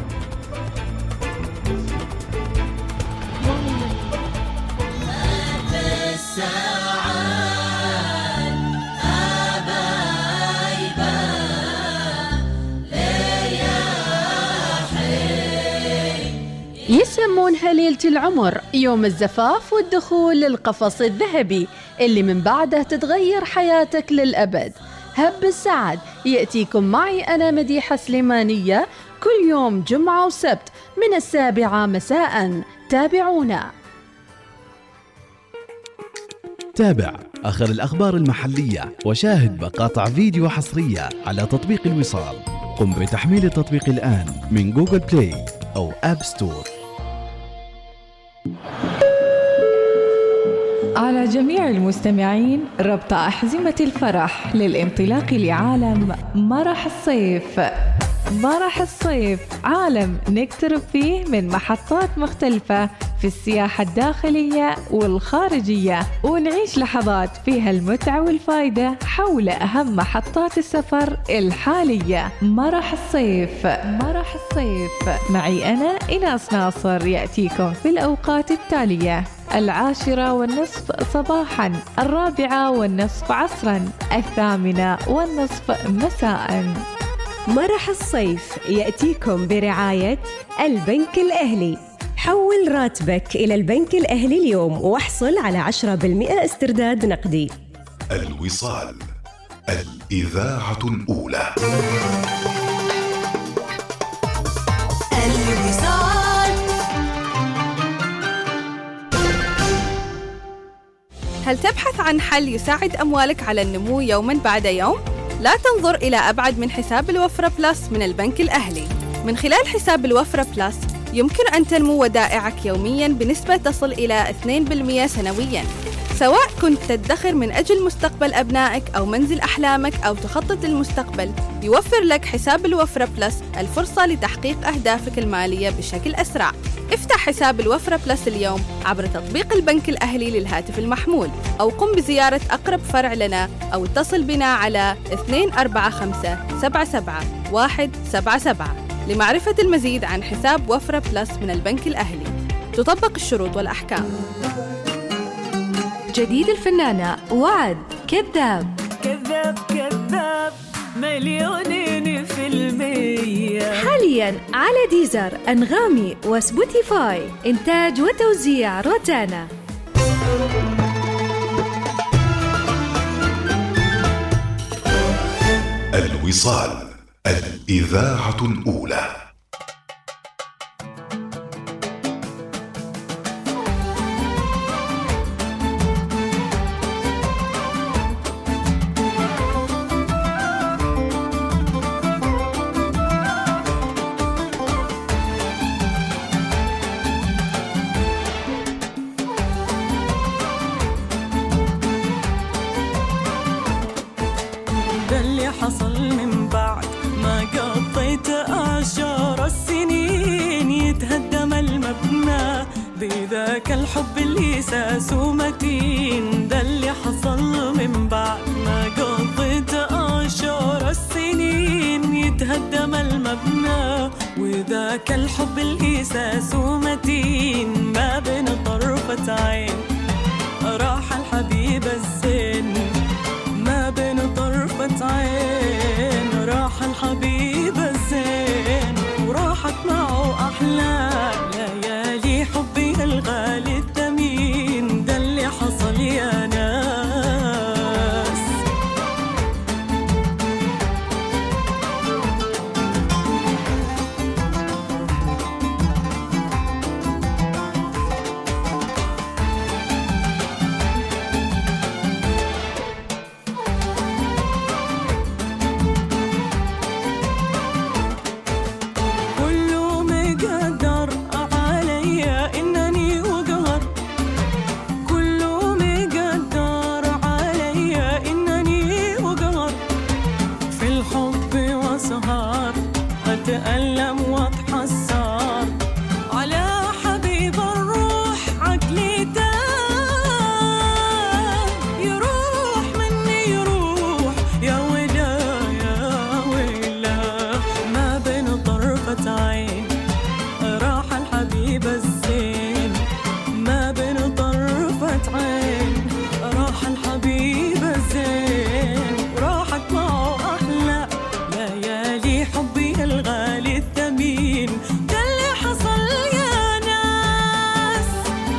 يسمونها ليلة العمر، يوم الزفاف والدخول للقفص الذهبي اللي من بعده تتغير حياتك للأبد. هب السعد يأتيكم معي أنا مديحة سليمانية كل يوم جمعة وسبت من السابعة مساء. تابعونا. تابع آخر الأخبار المحلية وشاهد مقاطع فيديو حصرية على تطبيق الوصال. قم بتحميل التطبيق الآن من جوجل بلاي أو آب ستور. على جميع المستمعين ربط أحزمة الفرح للانطلاق لعالم مرح الصيف. مرح الصيف عالم نقترب فيه من محطات مختلفة في السياحة الداخلية والخارجية، ونعيش لحظات فيها المتعة والفائدة حول أهم محطات السفر الحالية. مرح الصيف. مرح الصيف معي أنا إناس ناصر، يأتيكم في الأوقات التالية: العاشرة والنصف صباحاً، الرابعة والنصف عصراً، الثامنة والنصف مساءً. مرح الصيف يأتيكم برعاية البنك الأهلي. حول راتبك إلى البنك الأهلي اليوم واحصل على عشرة بالمئة استرداد نقدي. الوصال، الإذاعة الأولى. الوصال. هل تبحث عن حل يساعد أموالك على النمو يوماً بعد يوم؟ لا تنظر إلى أبعد من حساب الوفرة بلس من البنك الأهلي. من خلال حساب الوفرة بلس يمكن أن تنمو ودائعك يومياً بنسبة تصل إلى اثنين بالمئة سنوياً. سواء كنت تدخر من أجل مستقبل أبنائك أو منزل أحلامك أو تخطط للمستقبل، يوفر لك حساب الوفرة بلس الفرصة لتحقيق أهدافك المالية بشكل أسرع. افتح حساب الوفرة بلس اليوم عبر تطبيق البنك الأهلي للهاتف المحمول، أو قم بزيارة أقرب فرع لنا، أو اتصل بنا على اثنين أربعة خمسة سبعة سبعة واحد سبعة سبعة لمعرفة المزيد عن حساب وفرة بلس من البنك الأهلي. تطبق الشروط والأحكام. جديد الفنانة وعد كذاب. كذاب كذاب مليونين في المية. حالياً على ديزر، أنغامي وسبوتيفاي. إنتاج وتوزيع روتانا. الوصال، الإذاعة الأولى. وذاك الحب اللي ساسه متين ده اللي حصل من بعد ما قضيت عشر السنين يتهدم المبنى. وذاك الحب اللي ساسه متين ما بين طرفة عين راح الحبيب الزين، ما بين طرفة عين راح الحبيب الزين، وراحت معه أحلى ليالي حبي الغالي الثمين ده اللي حصل يا ناس. كله مقدر عليا إنني وقهر، كله مقدر عليا إنني وقهر، في الحب وسهر أتألم وأتحسر على حبيب الروح عقلي تاه، يروح مني يروح يا ويلا يا ويلا، ما بين طرفة عين راح الحبيب الزين، ما بين طرفة عين راح الحبيب الزين، وراحت معه أحلى ليالي حبي الغالي الثمين ده اللي حصل يا ناس.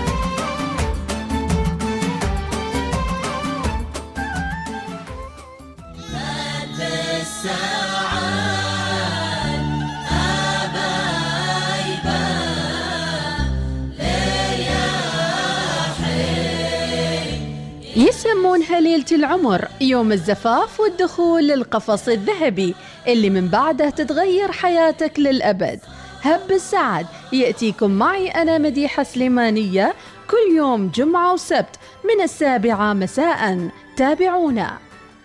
يسمونها ليلة العمر، يوم الزفاف والدخول للقفص الذهبي اللي من بعده تتغير حياتك للأبد. هب السعد يأتيكم معي أنا مديحة سليمانية كل يوم جمعة وسبت من السابعة مساء. تابعونا.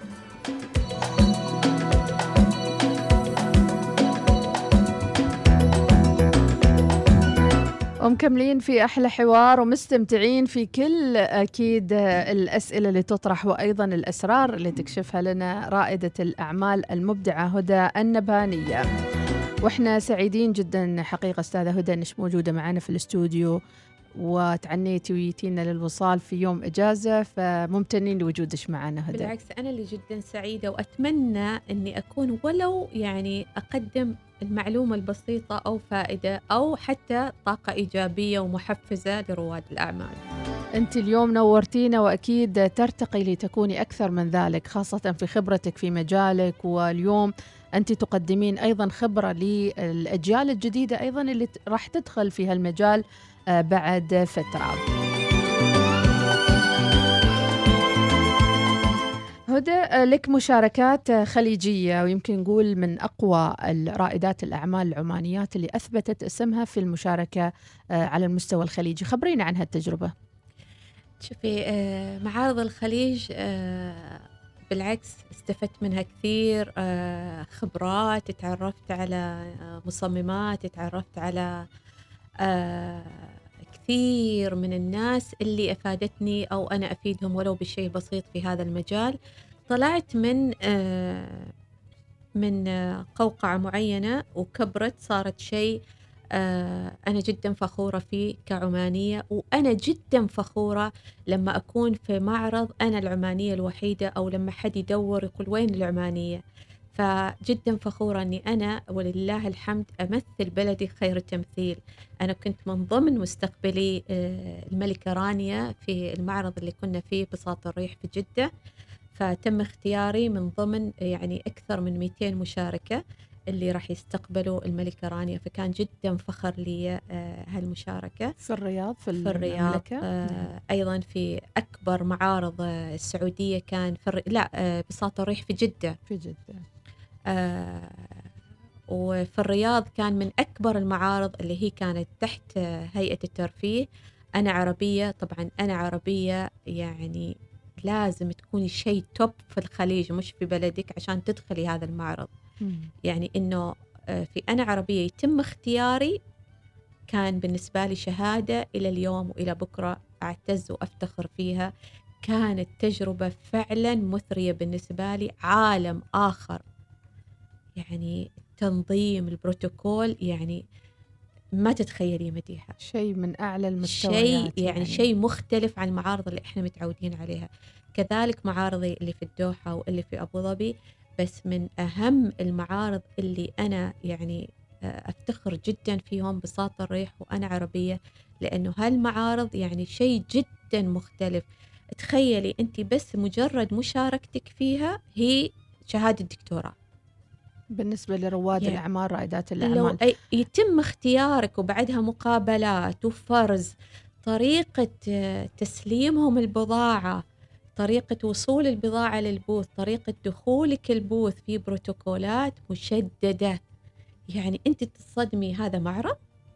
ومكملين في أحلى حوار ومستمتعين في كل أكيد الأسئلة اللي تطرح وأيضا الأسرار اللي تكشفها لنا رائدة الأعمال المبدعة هدى النبهانية. وإحنا سعيدين جدا حقيقة أستاذة هدى أنك موجودة معنا في الاستوديو وتعنيتي ويتينا للوصال في يوم إجازة، فممتنين لوجودك معنا هدى. بالعكس أنا اللي جدا سعيدة وأتمنى أني أكون ولو يعني أقدم المعلومة البسيطة أو فائدة أو حتى طاقة إيجابية ومحفزة لرواد الأعمال. أنت اليوم نورتينا وأكيد ترتقي لتكوني أكثر من ذلك، خاصة في خبرتك في مجالك، واليوم أنت تقدمين أيضا خبرة للأجيال الجديدة أيضا اللي راح تدخل في هالمجال بعد فترة. هدى، لك مشاركات خليجية ويمكن نقول من أقوى الرائدات الأعمال العمانيات اللي أثبتت اسمها في المشاركة على المستوى الخليجي، خبرينا عن هالتجربة. شوفي، معارض الخليج بالعكس استفدت منها كثير خبرات، تعرفت على مصممات، تعرفت على كثير من الناس اللي أفادتني أو أنا أفيدهم ولو بشيء بسيط في هذا المجال. طلعت من من قوقعة معينة وكبرت، صارت شيء أنا جدا فخورة فيه كعمانية، وأنا جدا فخورة لما أكون في معرض أنا العمانية الوحيدة، أو لما حد يدور يقول وين العمانية. فجدا فخورة أني أنا ولله الحمد أمثل بلدي خير التمثيل. أنا كنت من ضمن مستقبلي الملكة رانيا في المعرض اللي كنا فيه بساط الريح في جدة، فتم اختياري من ضمن يعني أكثر من مئتين مشاركة اللي راح يستقبلوا الملكة رانيا، فكان جدا فخر لي هالمشاركة. في الرياض في, في الرياض آه أيضا في أكبر معارض السعودية كان في الر... لا آه بساط الريح في جدة في جدة آه وفي الرياض كان من أكبر المعارض اللي هي كانت تحت هيئة الترفيه. أنا عربية، طبعا أنا عربية يعني لازم تكوني شيء توب في الخليج مش في بلدك عشان تدخلي هذا المعرض. يعني إنه في أنا عربية يتم اختياري كان بالنسبة لي شهادة إلى اليوم وإلى بكرة أعتز وأفتخر فيها. كانت تجربة فعلا مثرية بالنسبة لي، عالم آخر، يعني التنظيم، البروتوكول، يعني ما تتخيلي مديحة، شيء من أعلى المستويات، شيء يعني, يعني شيء مختلف عن المعارض اللي إحنا متعودين عليها. كذلك معارضي اللي في الدوحة واللي في أبو ظبي، بس من أهم المعارض اللي أنا يعني أفتخر جدا فيهم بساط الريح وأنا عربية، لأنه هالمعارض يعني شيء جدا مختلف. تخيلي أنت بس مجرد مشاركتك فيها هي شهادة دكتوراه بالنسبة لرواد يعني الأعمال، رائدات لو الأعمال. يتم اختيارك وبعدها مقابلات وفرز، طريقة تسليمهم البضاعة، طريقة وصول البضاعة للبوث، طريقة دخولك البوث في بروتوكولات مشددة. يعني أنت تتصدمي، هذا معرض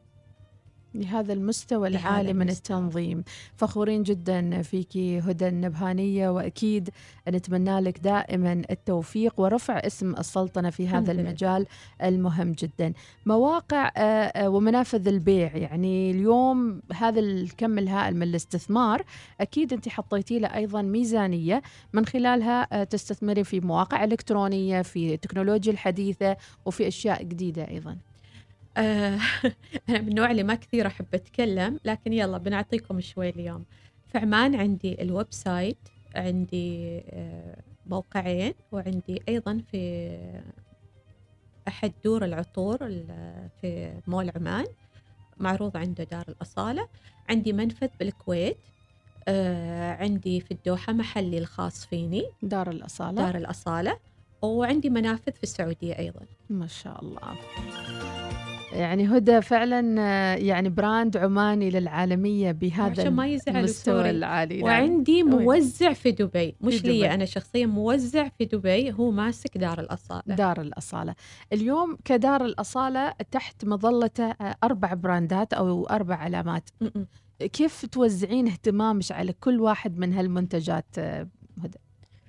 لهذا المستوى العالي من التنظيم. فخورين جدا فيكي هدى النبهانية، وأكيد نتمنى لك دائما التوفيق ورفع اسم السلطنة في هذا المجال المهم جدا. مواقع ومنافذ البيع، يعني اليوم هذا الكم الهائل من الاستثمار، أكيد أنت حطيتي له أيضا ميزانية من خلالها تستثمري في مواقع إلكترونية، في التكنولوجيا الحديثة، وفي أشياء جديدة أيضا. آه أنا من النوع اللي ما كثير أحب أتكلم، لكن يلا بنعطيكم شوي اليوم. في عمان عندي الويب سايت، عندي آه موقعين، وعندي أيضا في أحد دور العطور في مول عمان معروض عنده دار الأصالة. عندي منفذ بالكويت، آه عندي في الدوحة محلي الخاص فيني دار الأصالة دار الأصالة وعندي منافذ في السعودية أيضا. ما شاء الله. يعني هدى فعلا يعني براند عماني للعالمية بهذا المستوى العالي. وعندي موزع في دبي، مش لي أنا شخصيا، موزع في دبي هو ماسك دار الأصالة. دار الأصالة اليوم كدار الأصالة تحت مظلته أربع براندات أو أربع علامات. م-م. كيف توزعين اهتمامش على كل واحد من هالمنتجات هدى؟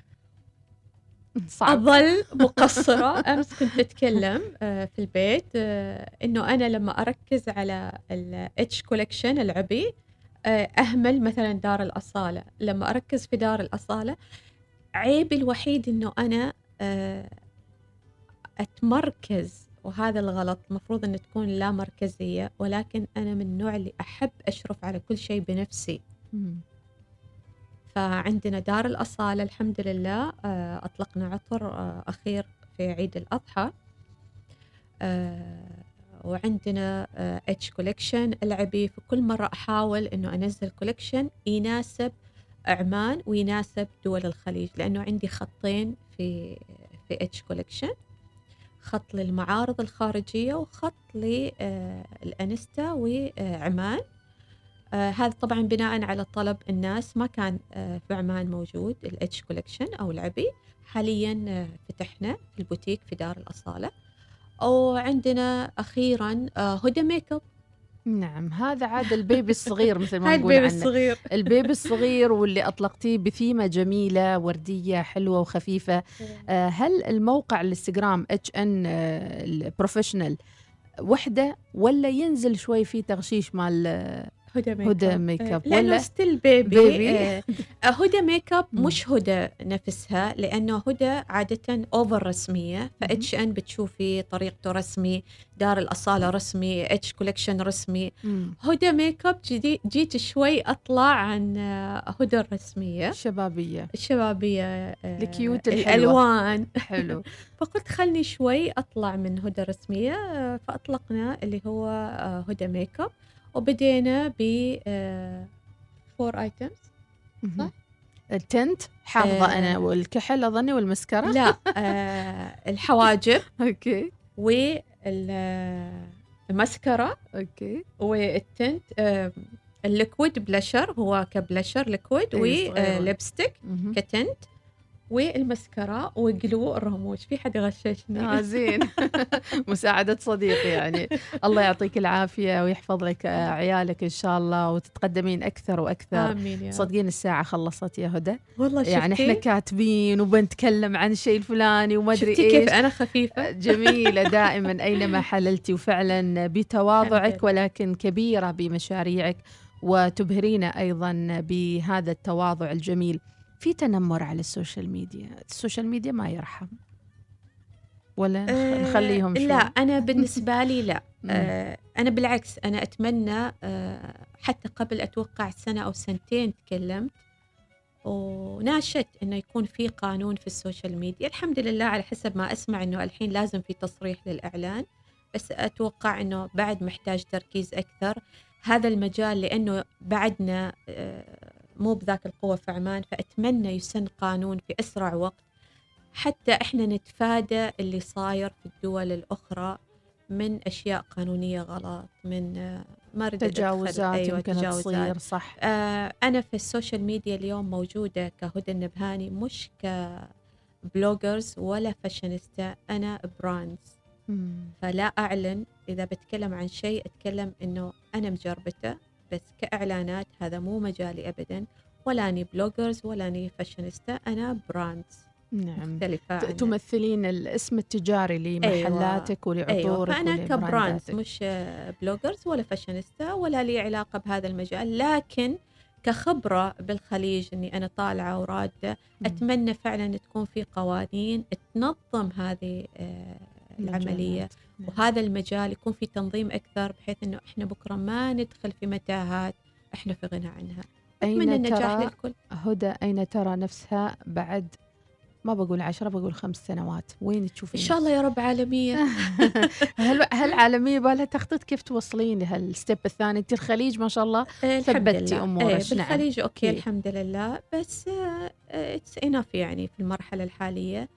صعب. أظل مقصرة. أمس كنت أتكلم في البيت إنه أنا لما أركز على ال H collection العبي أهمل مثلا دار الأصالة. لما أركز في دار الأصالة عيبي الوحيد إنه أنا أتمركز، وهذا الغلط. مفروض أن تكون لا مركزية، ولكن أنا من النوع اللي أحب أشرف على كل شيء بنفسي. م. فعندنا دار الأصالة الحمد لله أطلقنا عطر أخير في عيد الأضحى، وعندنا اتش كوليكشن العبي. في كل مرة أحاول أنه أنزل كوليكشن يناسب عمان ويناسب دول الخليج، لأنه عندي خطين في في اتش كوليكشن، خط للمعارض الخارجية وخط للأنستا وعمان. آه هذا طبعا بناء على طلب الناس، ما كان آه في عمان موجود الاتش كوليكشن أو العبي. حاليا آه فتحنا البوتيك في دار الأصالة. وعندنا أخيرا آه هدى ميك اب. نعم، هذا عاد البيبي الصغير مثل ما نقول عنه، الصغير. البيبي الصغير واللي أطلقتيه بثيمة جميلة وردية حلوة وخفيفة. آه هل الموقع الانستغرام اتش ان البروفيشنال وحدة، ولا ينزل شوي فيه تغشيش مال هدى ميك هدى ميك اب؟ لأنه ستيل بيبي, بيبي. آه هدى ميك اب مش هدى نفسها، لأنه هدى عادة أوفر رسمية، فإتش أن بتشوفي طريقته رسمي، دار الأصالة رسمي، إتش كوليكشن رسمي. مم. هدى ميك اب جيت شوي أطلع عن هدى الرسمية، الشبابية الشبابية آه الكيوت الألوان حلو. فقلت خلني شوي أطلع من هدى الرسمية، فأطلقنا اللي هو هدى ميك اب، وبدينا ب فور ايتمز. صح؟ التنت حافظة آه أنا، والكحل أظني، والمسكرة. لا آه الحواجب. أوكي. والمسكرة. أوكي. والتنت آه الليكويد بلاشر، هو كبلاشر ليكويد، وليبستيك كتنت، والمسكرة وقلو الرموش. في حد غششني؟ آه زين. مساعدة صديقي يعني. الله يعطيك العافية ويحفظ لك عيالك إن شاء الله وتتقدمين أكثر وأكثر. آمين يا رب. صدقين الساعة خلصت يا هدى والله يعني شفتي؟ إحنا كاتبين وبنتكلم عن الشيء الفلاني وما أدري شفتي إيش. كيف أنا خفيفة؟ جميلة دائما أينما حللتي، وفعلا بتواضعك ولكن كبيرة بمشاريعك، وتبهرينا أيضا بهذا التواضع الجميل. في تنمر على السوشيال ميديا، السوشيال ميديا ما يرحم ولا نخليهم شوي؟ لا أنا بالنسبة لي لا. آه أنا بالعكس، أنا أتمنى آه حتى قبل أتوقع سنة أو سنتين تكلمت وناشدت إنه يكون في قانون في السوشيال ميديا. الحمد لله على حسب ما أسمع إنه الحين لازم في تصريح للإعلان، بس أتوقع إنه بعد محتاج تركيز أكثر هذا المجال، لأنه بعدنا آه مو بذاك القوة في عمان. فأتمنى يسن قانون في أسرع وقت حتى إحنا نتفادى اللي صاير في الدول الأخرى من أشياء قانونية غلط، من ما ردت تجاوزات أيوة يمكن تجاوزات. تصير صح. آه أنا في السوشيال ميديا اليوم موجودة كهدى النبهاني، مش كبلوجرز ولا فاشينيستا، أنا براندز. فلا أعلن إذا بتكلم عن شيء أتكلم إنه أنا مجربته، بس كإعلانات هذا مو مجالي أبدا، ولا أني بلوجرز ولا أني فاشينيستا، أنا براندز. نعم. مختلفة. تمثلين الاسم التجاري لمحلاتك أيوة. ولعطورك. أيوة. فأنا كبراندز ولبرانداتك. مش بلوجرز ولا فاشينيستا ولا لي علاقة بهذا المجال، لكن كخبرة بالخليج أني أنا طالعة ورادة، أتمنى فعلا تكون في قوانين تنظم هذه العملية وهذا المجال، يكون في تنظيم أكثر بحيث أنه إحنا بكرة ما ندخل في متاهات إحنا في غنى عنها. أتمنى النجاح للكل. هدى أين ترى نفسها بعد ما بقول عشرة بقول خمس سنوات؟ وين تشوفين؟ إن شاء الله يا رب عالمية. هل هل عالمية بالها تخطيط كيف توصلين لهالستيب الثاني؟ أنت الخليج ما شاء الله ثبتي أمورك. ايه بالخليج نعم. أوكي الحمد لله، بس اتس انف يعني في المرحلة الحالية.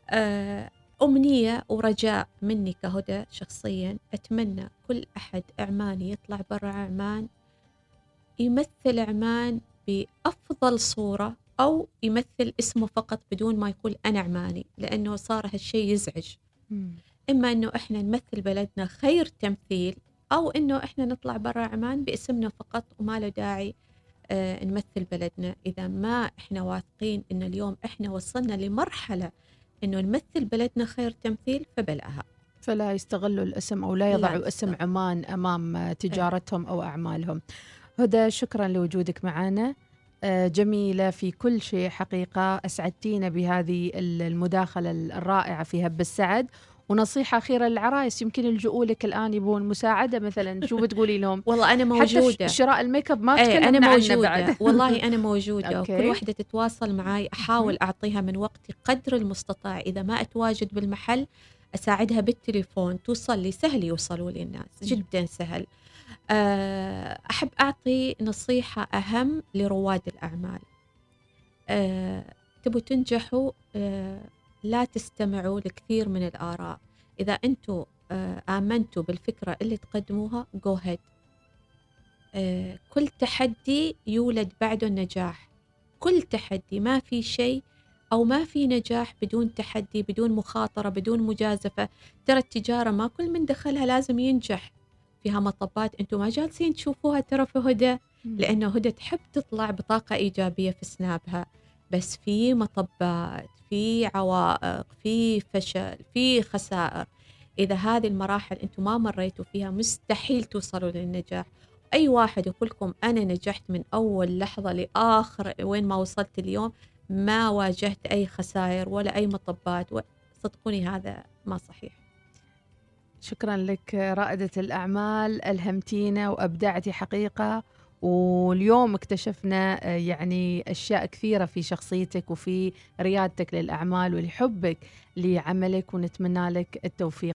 أمنية ورجاء مني كهدى شخصيا، أتمنى كل أحد عماني يطلع برا عمان يمثل عمان بأفضل صورة، أو يمثل اسمه فقط بدون ما يقول أنا عماني، لأنه صار هالشيء يزعج. مم. إما أنه إحنا نمثل بلدنا خير تمثيل، أو أنه إحنا نطلع برا عمان باسمنا فقط وما له داعي آه نمثل بلدنا. إذا ما إحنا واثقين أنه اليوم إحنا وصلنا لمرحلة أنه نمثل بلدنا خير تمثيل، فبلأها فلا يستغلوا الاسم أو لا يضعوا لا اسم عمان أمام تجارتهم أو أعمالهم. هدى شكرا لوجودك معنا، جميلة في كل شيء حقيقة، أسعدتينا بهذه المداخلة الرائعة في هب السعد. ونصيحة أخيرة للعرايس يمكن يلجؤوا لك الآن يبون مساعدة مثلا، شو بتقولي لهم؟ والله أنا موجودة. حتى شراء الميك اب ما ايه تكلمنا أنا عنه موجودة بعد. والله أنا موجودة. وكل واحدة تتواصل معي أحاول أعطيها من وقتي قدر المستطاع. إذا ما أتواجد بالمحل أساعدها بالتليفون، توصل لي سهل، يوصلوا لي الناس جدا سهل. أحب أعطي نصيحة أهم لرواد الأعمال. أه تبوا تنجحوا، أه لا تستمعوا لكثير من الآراء. إذا أنتوا أه آمنتوا بالفكرة اللي تقدموها go ahead. أه كل تحدي يولد بعده النجاح، كل تحدي، ما في شيء أو ما في نجاح بدون تحدي، بدون مخاطرة، بدون مجازفة. ترى التجارة ما كل من دخلها لازم ينجح، فيها مطبات انتم ما جالسين تشوفوها ترى في هدى، لأنه هدى تحب تطلع بطاقة إيجابية في سنابها، بس في مطبات، في عوائق، في فشل، في خسائر. إذا هذه المراحل انتم ما مريتوا فيها مستحيل توصلوا للنجاح. أي واحد يقولكم أنا نجحت من أول لحظة لآخر وين ما وصلت اليوم، ما واجهت أي خسائر ولا أي مطبات، صدقوني هذا ما صحيح. شكرا لك رائدة الأعمال، ألهمتينا وأبدعتي حقيقة، واليوم اكتشفنا يعني أشياء كثيرة في شخصيتك وفي ريادتك للأعمال ولحبك لعملك، ونتمنى لك التوفيق.